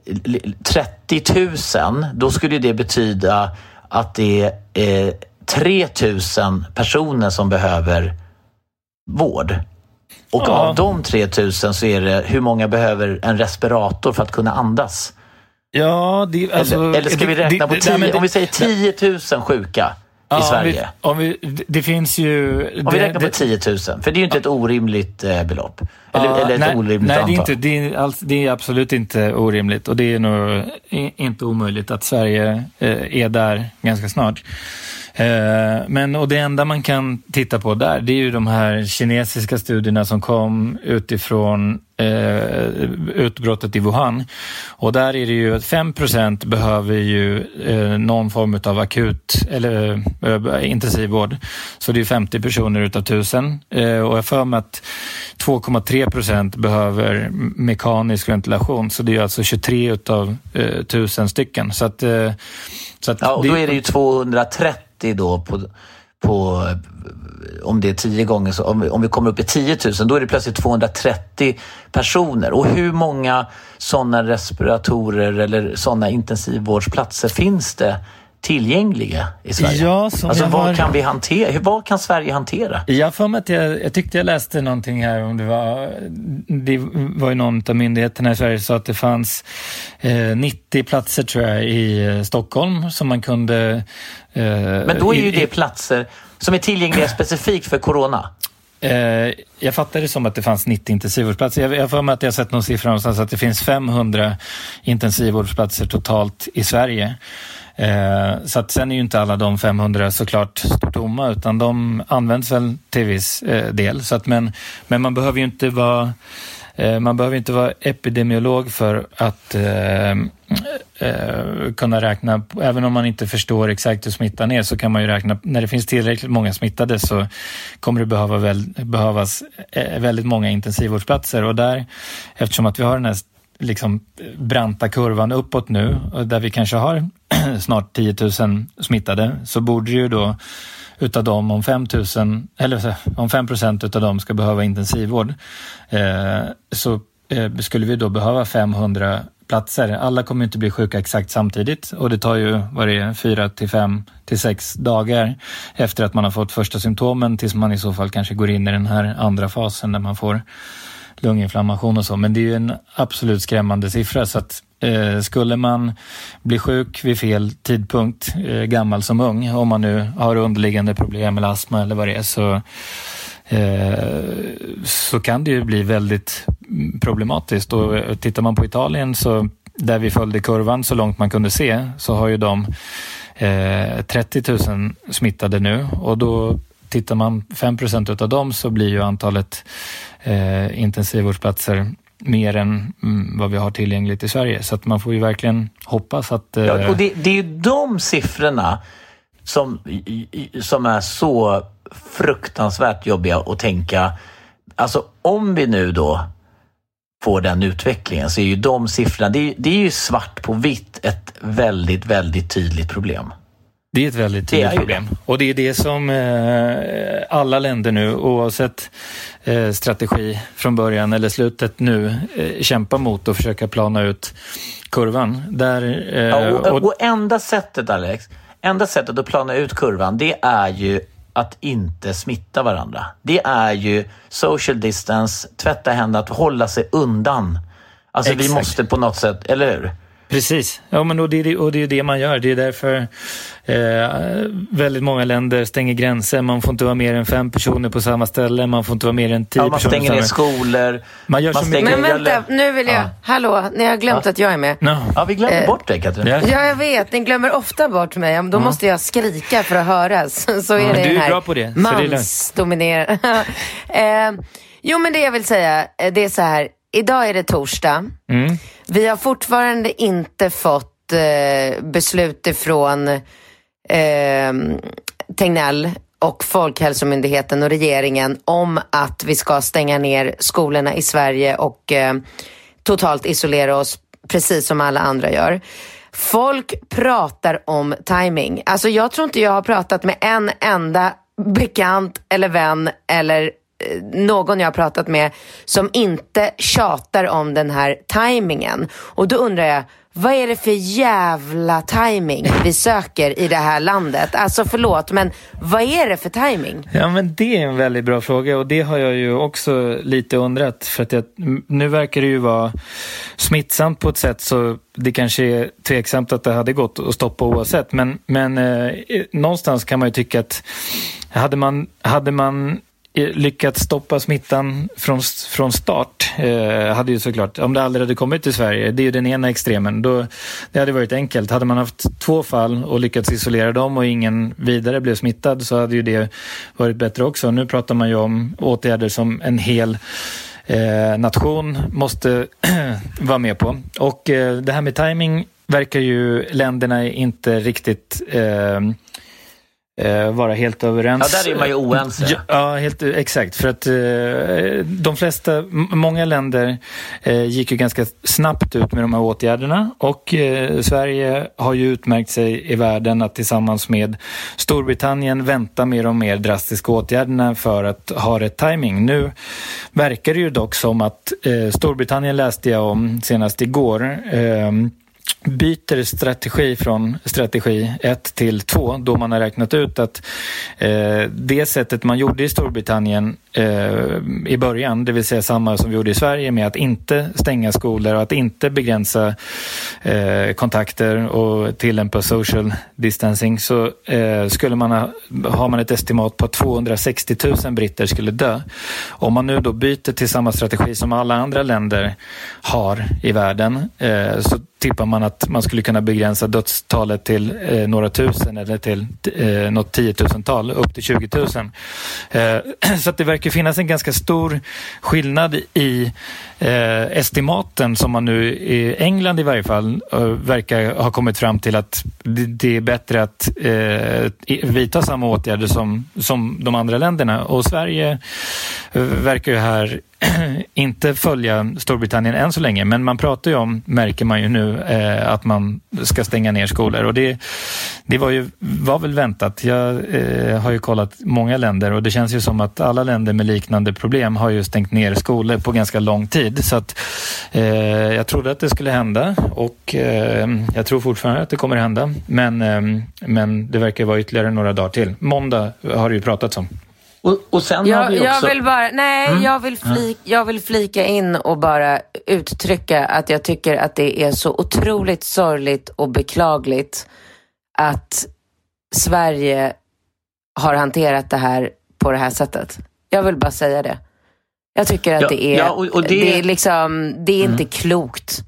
[SPEAKER 7] 30 000, då skulle det betyda att det är 3 000 personer som behöver vård. Och av de 3 000 så är det hur många behöver en respirator för att kunna andas.
[SPEAKER 8] Ja,
[SPEAKER 7] eller ska vi räkna på 10, om vi säger 10 000 sjuka i Sverige?
[SPEAKER 8] Det finns ju...
[SPEAKER 7] Om vi räknar på 10 000, för det är ju inte ett orimligt belopp. Eller ett orimligt antal.
[SPEAKER 8] Det är absolut inte orimligt. Och det är nog inte omöjligt att Sverige är där ganska snart. Och det enda man kan titta på där, det är ju de här kinesiska studierna som kom utifrån utbrottet i Wuhan. Och där är det ju att 5% behöver ju någon form av akut eller intensivvård. Så det är 50 personer utav 1000. Och jag för mig att 2,3% behöver mekanisk ventilation. Så det är alltså 23 utav 1000 stycken. Så att
[SPEAKER 7] och då är det ju 230 då på om det är 10 gånger, så om vi kommer upp i 10 000, då är det plötsligt 230 personer. Och hur många sådana respiratorer eller sådana intensivvårdsplatser finns det tillgängliga i Sverige?
[SPEAKER 8] Ja,
[SPEAKER 7] vad kan Sverige hantera?
[SPEAKER 8] Jag får mig att jag tyckte jag läste någonting här om det var ju någon av myndigheterna i Sverige sa att det fanns 90 platser tror jag i Stockholm som man kunde...
[SPEAKER 7] Men då är ju det platser som är tillgängliga specifikt för corona.
[SPEAKER 8] Jag fattade det som att det fanns 90 intensivvårdsplatser. Jag får mig att jag har sett någon siffra någonstans att det finns 500 intensivvårdsplatser totalt i Sverige. Så att sen är ju inte alla de 500 såklart står tomma, utan de används väl till viss del. Så att, men man behöver ju inte vara epidemiolog för att kunna räkna, även om man inte förstår exakt hur smittan är, så kan man ju räkna, när det finns tillräckligt många smittade så kommer det behövas väldigt många intensivvårdsplatser. Och där, eftersom att vi har den här liksom branta kurvan uppåt nu, där vi kanske har snart 10 000 smittade, så borde ju då utav dem, om 5% utav dem ska behöva intensivvård, så skulle vi då behöva 500 platser. Alla kommer inte bli sjuka exakt samtidigt, och det tar ju 4 till 5 till 6 dagar efter att man har fått första symptomen tills man i så fall kanske går in i den här andra fasen där man får lunginflammation och så. Men det är ju en absolut skrämmande siffra, så att skulle man bli sjuk vid fel tidpunkt, gammal som ung, om man nu har underliggande problem eller astma eller vad det är, så kan det ju bli väldigt problematiskt. Och tittar man på Italien, så där vi följde kurvan så långt man kunde se, så har ju de 30 000 smittade nu, och då tittar man 5% utav dem, så blir ju antalet intensivvårdsplatser mer än vad vi har tillgängligt i Sverige. Så att man får ju verkligen hoppas att...
[SPEAKER 7] Ja, och det är ju de siffrorna som är så fruktansvärt jobbiga att tänka. Alltså om vi nu då får den utvecklingen, så är ju de siffrorna, det är ju svart på vitt ett väldigt, väldigt tydligt problem.
[SPEAKER 8] Det är ett väldigt tydligt problem. Och det är det som alla länder nu, oavsett strategi från början eller slutet nu, kämpar mot och försöka plana ut kurvan.
[SPEAKER 7] Och enda sättet, Alex, att plana ut kurvan, det är ju att inte smitta varandra. Det är ju social distance, tvätta händerna, att hålla sig undan. Alltså exakt. Vi måste på något sätt, eller hur?
[SPEAKER 8] Precis, ja, men det är det man gör. Det är därför väldigt många länder stänger gränser. Man får inte vara mer än 5 personer på samma ställe. Man får inte vara mer än 10 personer.
[SPEAKER 7] Man stänger ner skolor.
[SPEAKER 2] Men vänta, nu vill jag... Hallå, ni har glömt att jag är med.
[SPEAKER 7] No. Ja, vi glömmer bort dig, Katrin.
[SPEAKER 2] Ja, jag vet. Ni glömmer ofta bort mig. Då måste jag skrika för att höras. Så är det
[SPEAKER 8] du är
[SPEAKER 2] här
[SPEAKER 8] bra på det.
[SPEAKER 2] mansdominerad. Jo, men det jag vill säga, det är så här. Idag är det torsdag. Vi har fortfarande inte fått beslut ifrån Tegnell och Folkhälsomyndigheten och regeringen om att vi ska stänga ner skolorna i Sverige och totalt isolera oss, precis som alla andra gör. Folk pratar om timing. Alltså jag tror inte jag har pratat med en enda bekant eller vän eller någon jag har pratat med som inte tjatar om den här timingen. Och då undrar jag,
[SPEAKER 6] vad är det för jävla timing vi söker i det här landet? Alltså förlåt, men vad är det för timing?
[SPEAKER 8] Ja, men det är en väldigt bra fråga och det har jag ju också lite undrat för att nu verkar det ju vara smittsamt på ett sätt så det kanske är tveksamt att det hade gått att stoppa oavsett. Men någonstans kan man ju tycka att hade man lyckats stoppa smittan från start hade ju såklart, om det aldrig hade kommit till Sverige, det är ju den ena extremen, då det hade varit enkelt. Hade man haft 2 fall och lyckats isolera dem och ingen vidare blev smittad så hade ju det varit bättre också. Nu pratar man ju om åtgärder som en hel nation måste vara med på. Och det här med timing verkar ju länderna inte riktigt vara helt överens.
[SPEAKER 7] Ja, där är man ju oense.
[SPEAKER 8] Ja, helt exakt. För att många länder gick ju ganska snabbt ut med de här åtgärderna och Sverige har ju utmärkt sig i världen att tillsammans med Storbritannien vänta mer och mer drastiska åtgärderna för att ha rätt timing. Nu verkar det ju dock som att Storbritannien, läste jag om senast igår, byter strategi från strategi 1 till 2 då man har räknat ut att det sättet man gjorde i Storbritannien i början, det vill säga samma som vi gjorde i Sverige med att inte stänga skolor och att inte begränsa kontakter och tillämpa social distancing, så skulle har man ett estimat på 260 000 britter skulle dö. Om man nu då byter till samma strategi som alla andra länder har i världen så tippar man att man skulle kunna begränsa dödstalet till några tusen eller till något 10 000-tal, upp till 20 000. Så att det verkar finnas en ganska stor skillnad i estimaten som man nu i England i varje fall verkar ha kommit fram till att det är bättre att vidta samma åtgärder som de andra länderna. Och Sverige verkar ju här inte följa Storbritannien än så länge, men man pratar ju om, märker man ju nu, att man ska stänga ner skolor och det var väl väntat. Jag har ju kollat många länder och det känns ju som att alla länder med liknande problem har ju stängt ner skolor på ganska lång tid, så att jag trodde att det skulle hända och jag tror fortfarande att det kommer hända, men det verkar vara ytterligare några dagar till. Måndag har det ju pratats om.
[SPEAKER 7] Och sen har vi också...
[SPEAKER 6] Jag vill flika in och bara uttrycka att jag tycker att det är så otroligt sorgligt och beklagligt att Sverige har hanterat det här på det här sättet. Jag vill bara säga det. Jag tycker att det är inte klokt.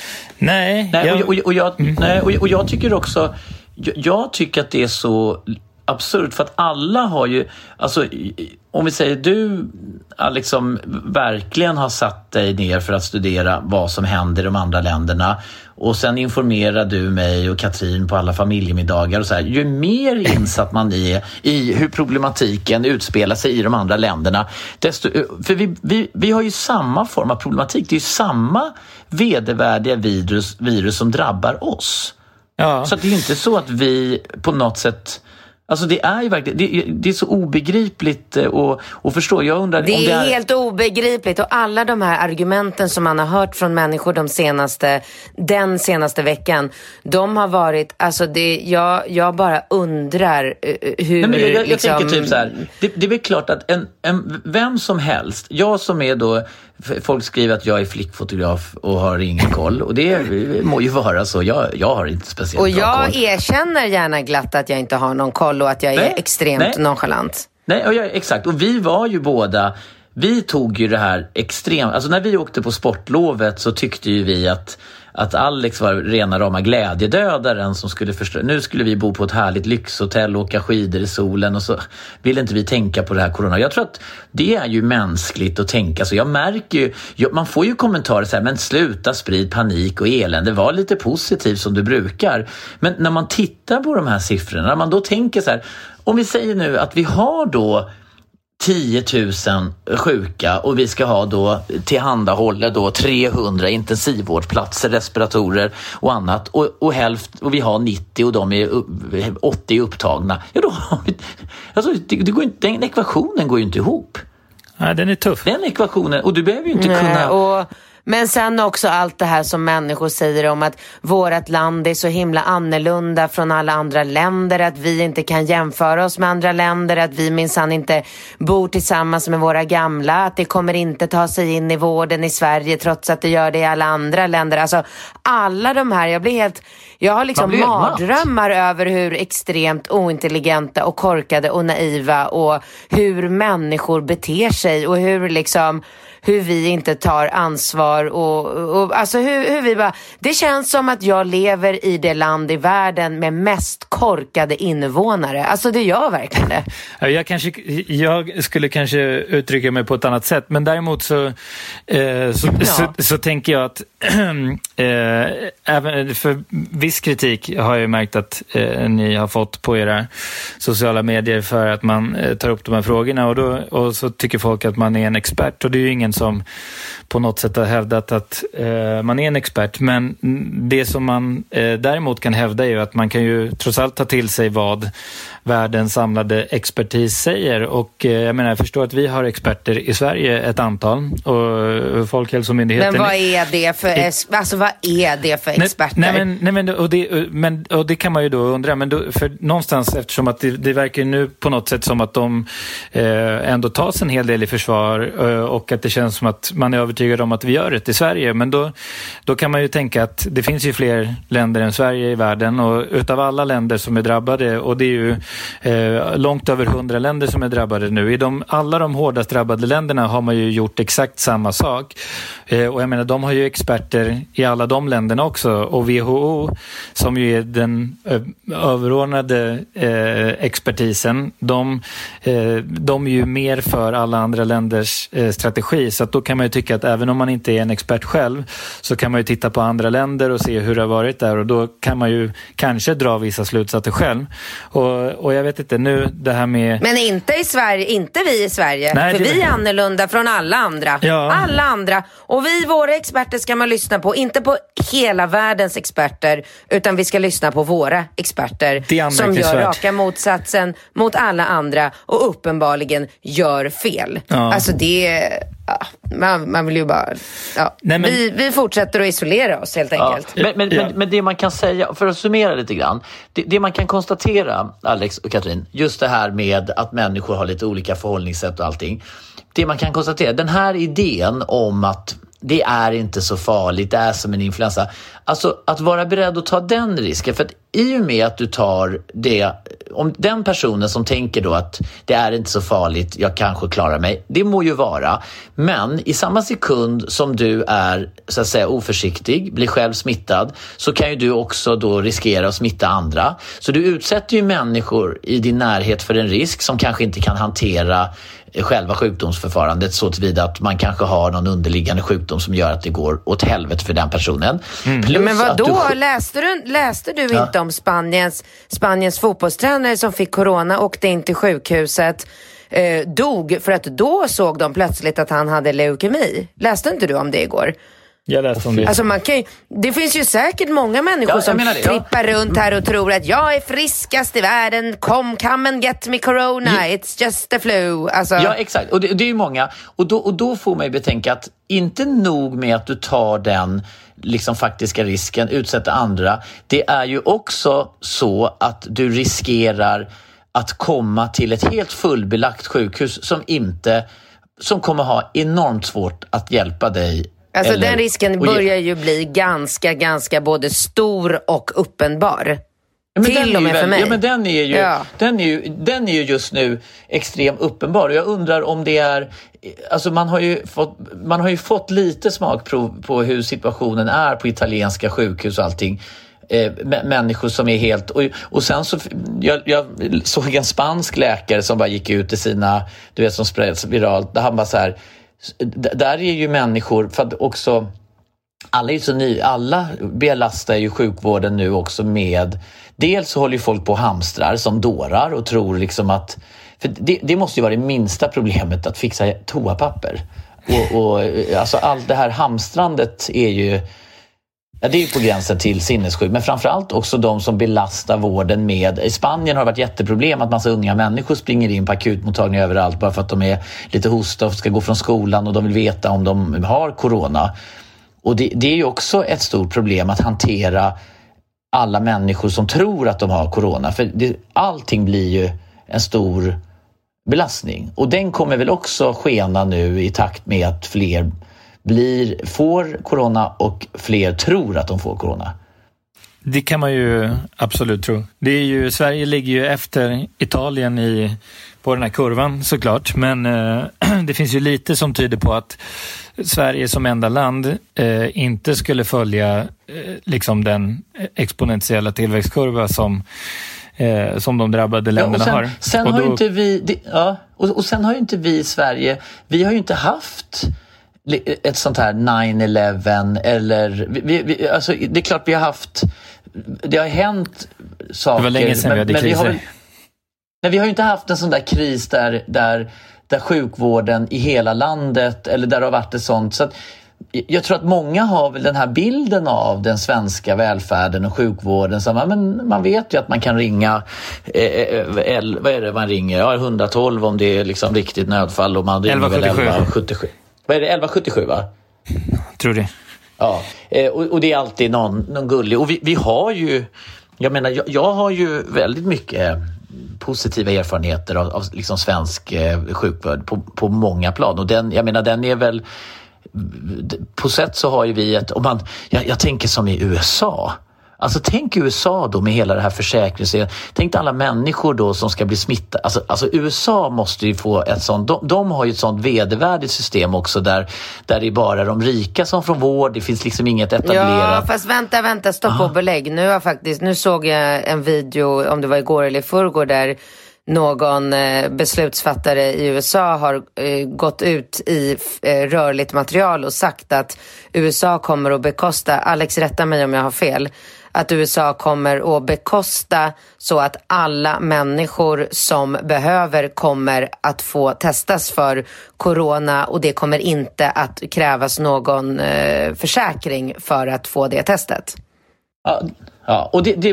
[SPEAKER 7] Och jag tycker också, jag tycker att det är så absurt för att alla har ju, alltså om vi säger du liksom verkligen har satt dig ner för att studera vad som händer i de andra länderna och sen informerar du mig och Katrin på alla familjemiddagar och så här, ju mer insatt man är i hur problematiken utspelar sig i de andra länderna, desto, för vi har ju samma form av problematik, det är ju samma vedervärdiga virus som drabbar oss. Ja. Så att det är ju inte så att vi på något sätt, alltså det är ju verkligen, det är så obegripligt och förstå. Jag undrar
[SPEAKER 6] det
[SPEAKER 7] om
[SPEAKER 6] det är helt obegripligt och alla de här argumenten som man har hört från människor den senaste veckan, de har varit, alltså jag bara undrar hur. Nej, men jag
[SPEAKER 7] tänker typ så här, det är väl klart att vem som helst, jag som är då, folk skriver att jag är flickfotograf och har ingen koll och det må ju vara så, jag har inte speciellt
[SPEAKER 6] och
[SPEAKER 7] bra koll.
[SPEAKER 6] Och jag erkänner gärna glatt att jag inte har någon koll och att jag är extremt nonchalant.
[SPEAKER 7] Nej, exakt, och vi var ju båda, vi tog ju det här extremt, alltså när vi åkte på sportlovet så tyckte ju vi att Alex var rena rama glädjedödaren som skulle nu skulle vi bo på ett härligt lyxhotell och åka skidor i solen och så ville inte vi tänka på det här corona. Jag tror att det är ju mänskligt att tänka så. Jag märker ju, man får ju kommentarer så här, men sluta sprid panik och elände, var lite positiv som du brukar. Men när man tittar på de här siffrorna, när man då tänker så här, om vi säger nu att vi har då 10 000 sjuka och vi ska ha då tillhandahålla då 300 intensivvårdsplatser, respiratorer och annat och vi har 90 och de är 80 upptagna. Ja, då har vi, alltså, den ekvationen går ju inte ihop.
[SPEAKER 8] Nej, den är tuff.
[SPEAKER 7] Den ekvationen, och du behöver ju inte kunna...
[SPEAKER 6] Men sen också allt det här som människor säger om att vårt land är så himla annorlunda från alla andra länder, att vi inte kan jämföra oss med andra länder, att vi minsann inte bor tillsammans med våra gamla, att det kommer inte ta sig in i vården i Sverige trots att det gör det i alla andra länder. Alltså alla de här, jag har liksom mardrömmar över hur extremt ointelligenta och korkade och naiva och hur människor beter sig och hur vi inte tar ansvar och alltså hur vi bara... Det känns som att jag lever i det land i världen med mest korkade invånare. Alltså det gör verkligen det.
[SPEAKER 8] Jag skulle kanske uttrycka mig på ett annat sätt, men däremot så tänker jag att även för viss kritik har jag märkt att ni har fått på era sociala medier för att man tar upp de här frågorna och så tycker folk att man är en expert, och det är ju ingen som på något sätt har hävdat att man är en expert, men det som man däremot kan hävda är ju att man kan ju trots allt ta till sig vad världens samlade expertis säger, och jag förstår att vi har experter i Sverige ett antal, och Folkhälsomyndigheten...
[SPEAKER 6] Men vad är det för experter?
[SPEAKER 8] Och det kan man ju då undra, men för någonstans, eftersom att det verkar nu på något sätt som att de ändå tas en hel del i försvar, och att det känns som att man är övertygad om att vi gör det i Sverige, men då kan man ju tänka att det finns ju fler länder än Sverige i världen, och utav alla länder som är drabbade, och det är ju långt över 100 länder som är drabbade nu. Alla de hårdast drabbade länderna har man ju gjort exakt samma sak. Och jag menar, de har ju experter i alla de länderna också. Och WHO, som ju är den överordnade expertisen, de är ju mer för alla andra länders strategi. Så att då kan man ju tycka att även om man inte är en expert själv, så kan man ju titta på andra länder och se hur det har varit där. Och då kan man ju kanske dra vissa slutsatser själv. Och jag vet inte, nu det här med...
[SPEAKER 6] Men inte i Sverige, inte vi i Sverige. Nej, för vi är annorlunda från alla andra. Ja. Alla andra. Och våra experter ska man lyssna på. Inte på hela världens experter, utan vi ska lyssna på våra experter som gör raka motsatsen mot alla andra och uppenbarligen gör fel. Ja. Alltså det... Ja, man vill ju bara... Ja. Nej, men, vi fortsätter att isolera oss helt enkelt.
[SPEAKER 7] Men det man kan säga, för att summera lite grann, det man kan konstatera, Alex och Katrin, just det här med att människor har lite olika förhållningssätt och allting. Det man kan konstatera, den här idén om att det är inte så farligt, det är som en influensa. Alltså att vara beredd att ta den risken, för att i och med att du tar det, om den personen som tänker då att det är inte så farligt, jag kanske klarar mig, det må ju vara. Men i samma sekund som du är så att säga oförsiktig, blir själv smittad, så kan ju du också då riskera att smitta andra. Så du utsätter ju människor i din närhet för en risk som kanske inte kan hantera själva sjukdomsförfarandet, så tillvida att man kanske har någon underliggande sjukdom som gör att det går åt helvete för den personen.
[SPEAKER 6] Men vadå? Läste du inte om Spaniens fotbollstränare som fick corona, åkte in till sjukhuset, dog för att då såg de plötsligt att han hade leukemi? Läste inte du om det igår?
[SPEAKER 8] Jag läste om det.
[SPEAKER 6] Alltså det finns ju säkert många människor som trippar runt här och tror att jag är friskast i världen. Come and get me corona. It's just the flu. Alltså.
[SPEAKER 7] Ja, exakt. Och det är ju många. Och då får man ju betänka att inte nog med att du tar den liksom faktiska risken, utsätter andra. Det är ju också så att du riskerar att komma till ett helt fullbelagt sjukhus som kommer ha enormt svårt att hjälpa dig.
[SPEAKER 6] Alltså den risken börjar ju bli ganska både stor och uppenbar.
[SPEAKER 7] Ja, till och med för mig. Ja, men den är ju just nu extremt uppenbar. Och jag undrar om det är... Alltså man har ju fått lite smakprov på hur situationen är på italienska sjukhus och allting. Människor som är helt... Och sen så... Jag såg en spansk läkare som bara gick ut i sina... Du vet, som spreds viralt. Där han bara så här... Där är ju människor, för att också alla belastar ju sjukvården nu också med, dels så håller ju folk på hamstrar som dårar och tror liksom att, för det måste ju vara det minsta problemet att fixa toapapper och alltså allt det här hamstrandet är ju, ja, det är ju på gränsen till sinnessjuk, men framförallt också de som belastar vården med... I Spanien har det varit jätteproblem att massa unga människor springer in på akutmottagningar överallt bara för att de är lite hosta och ska gå från skolan och de vill veta om de har corona. Och det är ju också ett stort problem att hantera alla människor som tror att de har corona. För allting blir ju en stor belastning. Och den kommer väl också skena nu i takt med att fler får corona och fler tror att de får corona.
[SPEAKER 8] Det kan man ju absolut tro. Sverige ligger ju efter Italien på den här kurvan såklart. Men det finns ju lite som tyder på att Sverige som enda land inte skulle följa liksom den exponentiella tillväxtkurva som de drabbade länderna har.
[SPEAKER 7] Sen har ju inte vi... Och sen har ju inte vi i Sverige... Vi har ju inte haft ett sånt här 9/11 eller... Alltså, det är klart vi har haft... Det har hänt saker...
[SPEAKER 8] Det var länge sedan vi hade kriser.
[SPEAKER 7] Men vi har ju inte haft en sån där kris där sjukvården i hela landet eller där det har varit ett sånt. Så att jag tror att många har väl den här bilden av den svenska välfärden och sjukvården. Så man vet ju att man kan ringa, vad är det man ringer? Ja, 112 om det är liksom riktigt nödfall och man ringer 1177. Vad är det? 1177 va?
[SPEAKER 8] Tror det.
[SPEAKER 7] Ja, och det är alltid någon gullig. Och vi har ju, jag har ju väldigt mycket positiva erfarenheter av liksom svensk sjukvård på många plan. Och den är väl på sätt så har ju vi jag tänker som i USA. Alltså tänk USA då med hela det här försäkringen. Tänk alla människor då som ska bli smittade. Alltså USA måste ju få ett sånt, de har ju ett sånt vedervärdigt system också där det är bara de rika som får vård. Det finns liksom inget etablerat.
[SPEAKER 6] Ja, fast vänta, stopp och belägg. Nu såg jag en video, om det var igår eller i förrgår, där någon beslutsfattare i USA har gått ut i rörligt material och sagt att USA kommer att bekosta, Alex rätta mig om jag har fel, att USA kommer att bekosta så att alla människor som behöver kommer att få testas för corona, och det kommer inte att krävas någon försäkring för att få det testet.
[SPEAKER 7] Ja, och det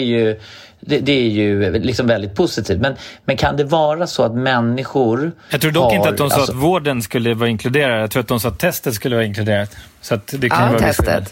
[SPEAKER 7] är ju liksom väldigt positivt. Men kan det vara så att människor...
[SPEAKER 8] Jag tror dock inte att de sa att vården skulle vara inkluderad. Jag tror att de sa att testet skulle vara inkluderat. Så att det kan vara
[SPEAKER 6] testet.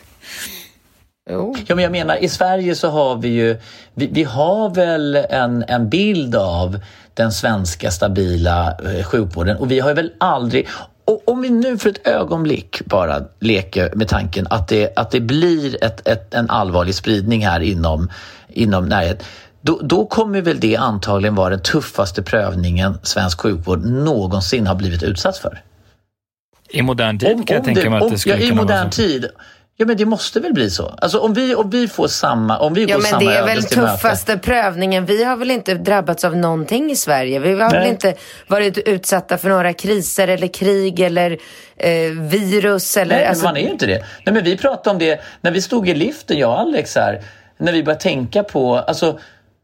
[SPEAKER 7] Ja, men jag menar, i Sverige så har vi ju... Vi har väl en bild av den svenska stabila sjukvården. Och vi har väl aldrig... Och om vi nu för ett ögonblick bara leker med tanken att det blir en allvarlig spridning här inom närhet, då kommer väl det antagligen vara den tuffaste prövningen svensk sjukvård någonsin har blivit utsatt för.
[SPEAKER 8] I modern tid kan jag tänka mig att det skulle kunna vara så.
[SPEAKER 7] I modern tid. Ja, men det måste väl bli så. Alltså om vi får samma, om vi går samma ödes till möte. Ja, men det är väl
[SPEAKER 6] tuffaste prövningen. Vi har väl inte drabbats av någonting i Sverige. Vi har väl inte varit utsatta för några kriser eller krig eller virus eller...
[SPEAKER 7] Nej, men man är ju inte det. Nej, men vi pratade om det när vi stod i liften, jag och Alex här, när vi började tänka på, alltså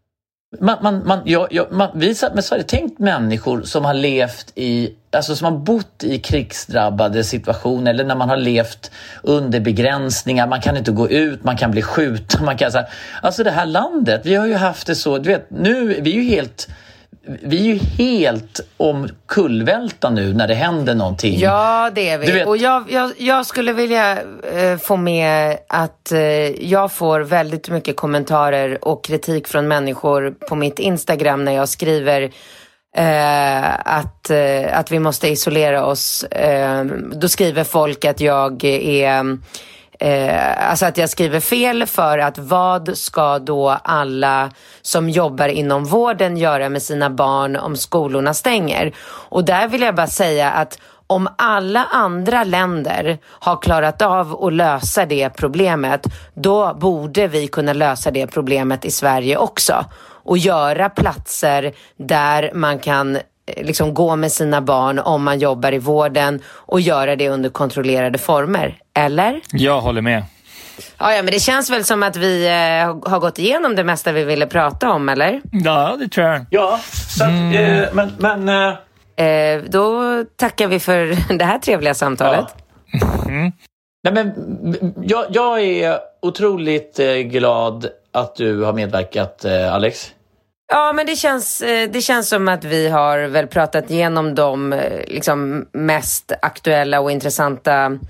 [SPEAKER 7] vi satt med Sverige, tänkt människor som har levt i, alltså som har bott i krigsdrabbade situationer, eller när man har levt under begränsningar, man kan inte gå ut, man kan bli skjuten, man kan, alltså det här landet, vi har ju haft det så, du vet, nu vi är ju helt omkullvälta nu när det händer någonting.
[SPEAKER 6] Ja, det är vi. Och jag skulle vilja få med att jag får väldigt mycket kommentarer och kritik från människor på mitt Instagram när jag skriver att vi måste isolera oss. Då skriver folk att jag är... alltså att jag skriver fel, för att vad ska då alla som jobbar inom vården göra med sina barn om skolorna stänger? Och där vill jag bara säga att om alla andra länder har klarat av att lösa det problemet, då borde vi kunna lösa det problemet i Sverige också. Och göra platser där man kan liksom gå med sina barn om man jobbar i vården, och göra det under kontrollerade former. Eller? Jag
[SPEAKER 8] håller med.
[SPEAKER 6] Ja, men det känns väl som att vi har gått igenom det mesta vi ville prata om, eller?
[SPEAKER 8] Ja, det tror jag.
[SPEAKER 7] Ja, så att,
[SPEAKER 6] då tackar vi för det här trevliga samtalet.
[SPEAKER 7] Ja. Nej, men jag är otroligt glad att du har medverkat, Alex.
[SPEAKER 6] Ja, men det känns som att vi har väl pratat igenom de liksom mest aktuella och intressanta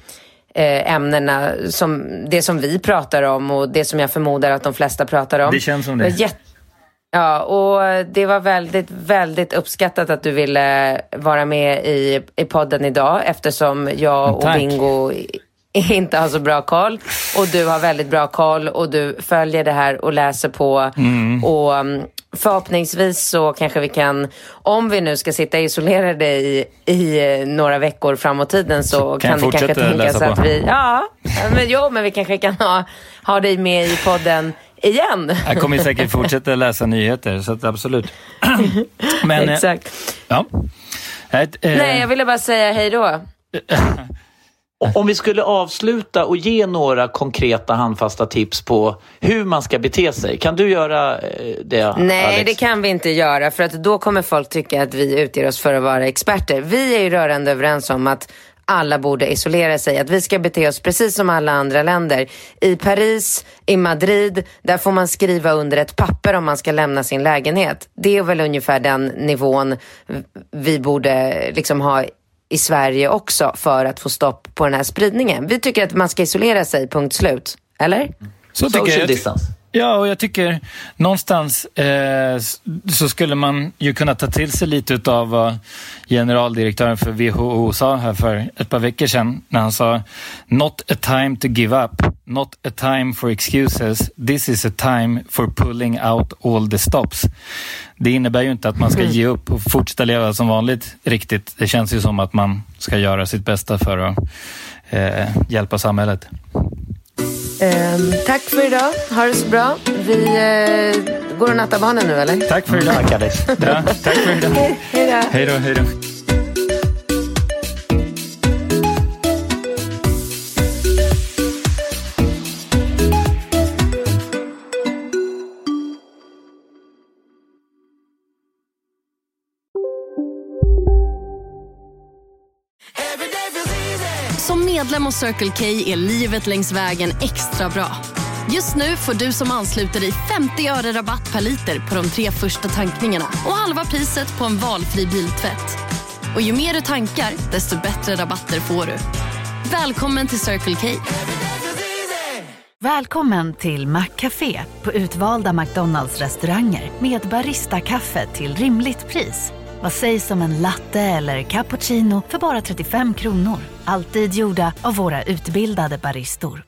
[SPEAKER 6] ämnena, som det som vi pratar om och det som jag förmodar att de flesta pratar om.
[SPEAKER 8] Det känns som det.
[SPEAKER 6] Ja, och det var väldigt, väldigt uppskattat att du ville vara med i podden idag, eftersom jag och Bingo inte har så bra koll och du har väldigt bra koll och du följer det här och läser på och förhoppningsvis så kanske vi kan, om vi nu ska sitta isolerade i några veckor framåt tiden så kan vi kanske tänka så att vi men vi kanske kan ha dig med i podden igen.
[SPEAKER 8] Jag kommer säkert fortsätta läsa nyheter, så att absolut. Men,
[SPEAKER 6] exakt.
[SPEAKER 8] Ja.
[SPEAKER 6] Nej, jag ville bara säga hej då.
[SPEAKER 7] Om vi skulle avsluta och ge några konkreta handfasta tips på hur man ska bete sig. Kan du göra det,
[SPEAKER 6] Nej,
[SPEAKER 7] Alex?
[SPEAKER 6] det kan vi inte göra, för att då kommer folk tycka att vi utger oss för att vara experter. Vi är ju rörande överens om att alla borde isolera sig, att vi ska bete oss precis som alla andra länder. I Paris, i Madrid, där får man skriva under ett papper om man ska lämna sin lägenhet. Det är väl ungefär den nivån vi borde liksom ha i Sverige också för att få stopp på den här spridningen. Vi tycker att man ska isolera sig, punkt slut. Eller?
[SPEAKER 8] Så tycker jag. Ja, och jag tycker någonstans så skulle man ju kunna ta till sig lite av vad generaldirektören för WHO sa här för ett par veckor sedan, när han sa "Not a time to give up, not a time for excuses, this is a time for pulling out all the stops." Det innebär ju inte att man ska ge upp och fortsätta leva som vanligt riktigt. Det känns ju som att man ska göra sitt bästa för att hjälpa samhället.
[SPEAKER 6] Tack för idag. Ha det så bra. Vi går och nattar barnen nu, eller?
[SPEAKER 8] Tack för idag.
[SPEAKER 7] Tack, Alex.
[SPEAKER 8] Ja, tack för idag. Hej då. Hej då.
[SPEAKER 12] Som medlem hos Circle K är livet längs vägen extra bra. Just nu får du som ansluter dig 50 öre rabatt per liter på de 3 första tankningarna och halva priset på en valfri biltvätt. Och ju mer du tankar, desto bättre rabatter får du. Välkommen till Circle K.
[SPEAKER 5] Välkommen till McCafé på utvalda McDonalds-restauranger med barista-kaffe till rimligt pris. Vad sägs om en latte eller cappuccino för bara 35 kronor? Alltid gjorda av våra utbildade baristor.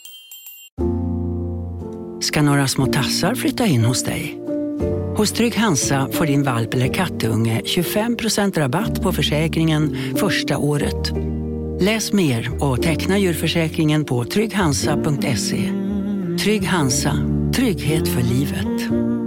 [SPEAKER 13] Ska några små tassar flytta in hos dig? Hos Trygg Hansa får din valp eller kattunge 25% rabatt på försäkringen första året. Läs mer och teckna djurförsäkringen på trygghansa.se. Trygg Hansa, trygghet för livet.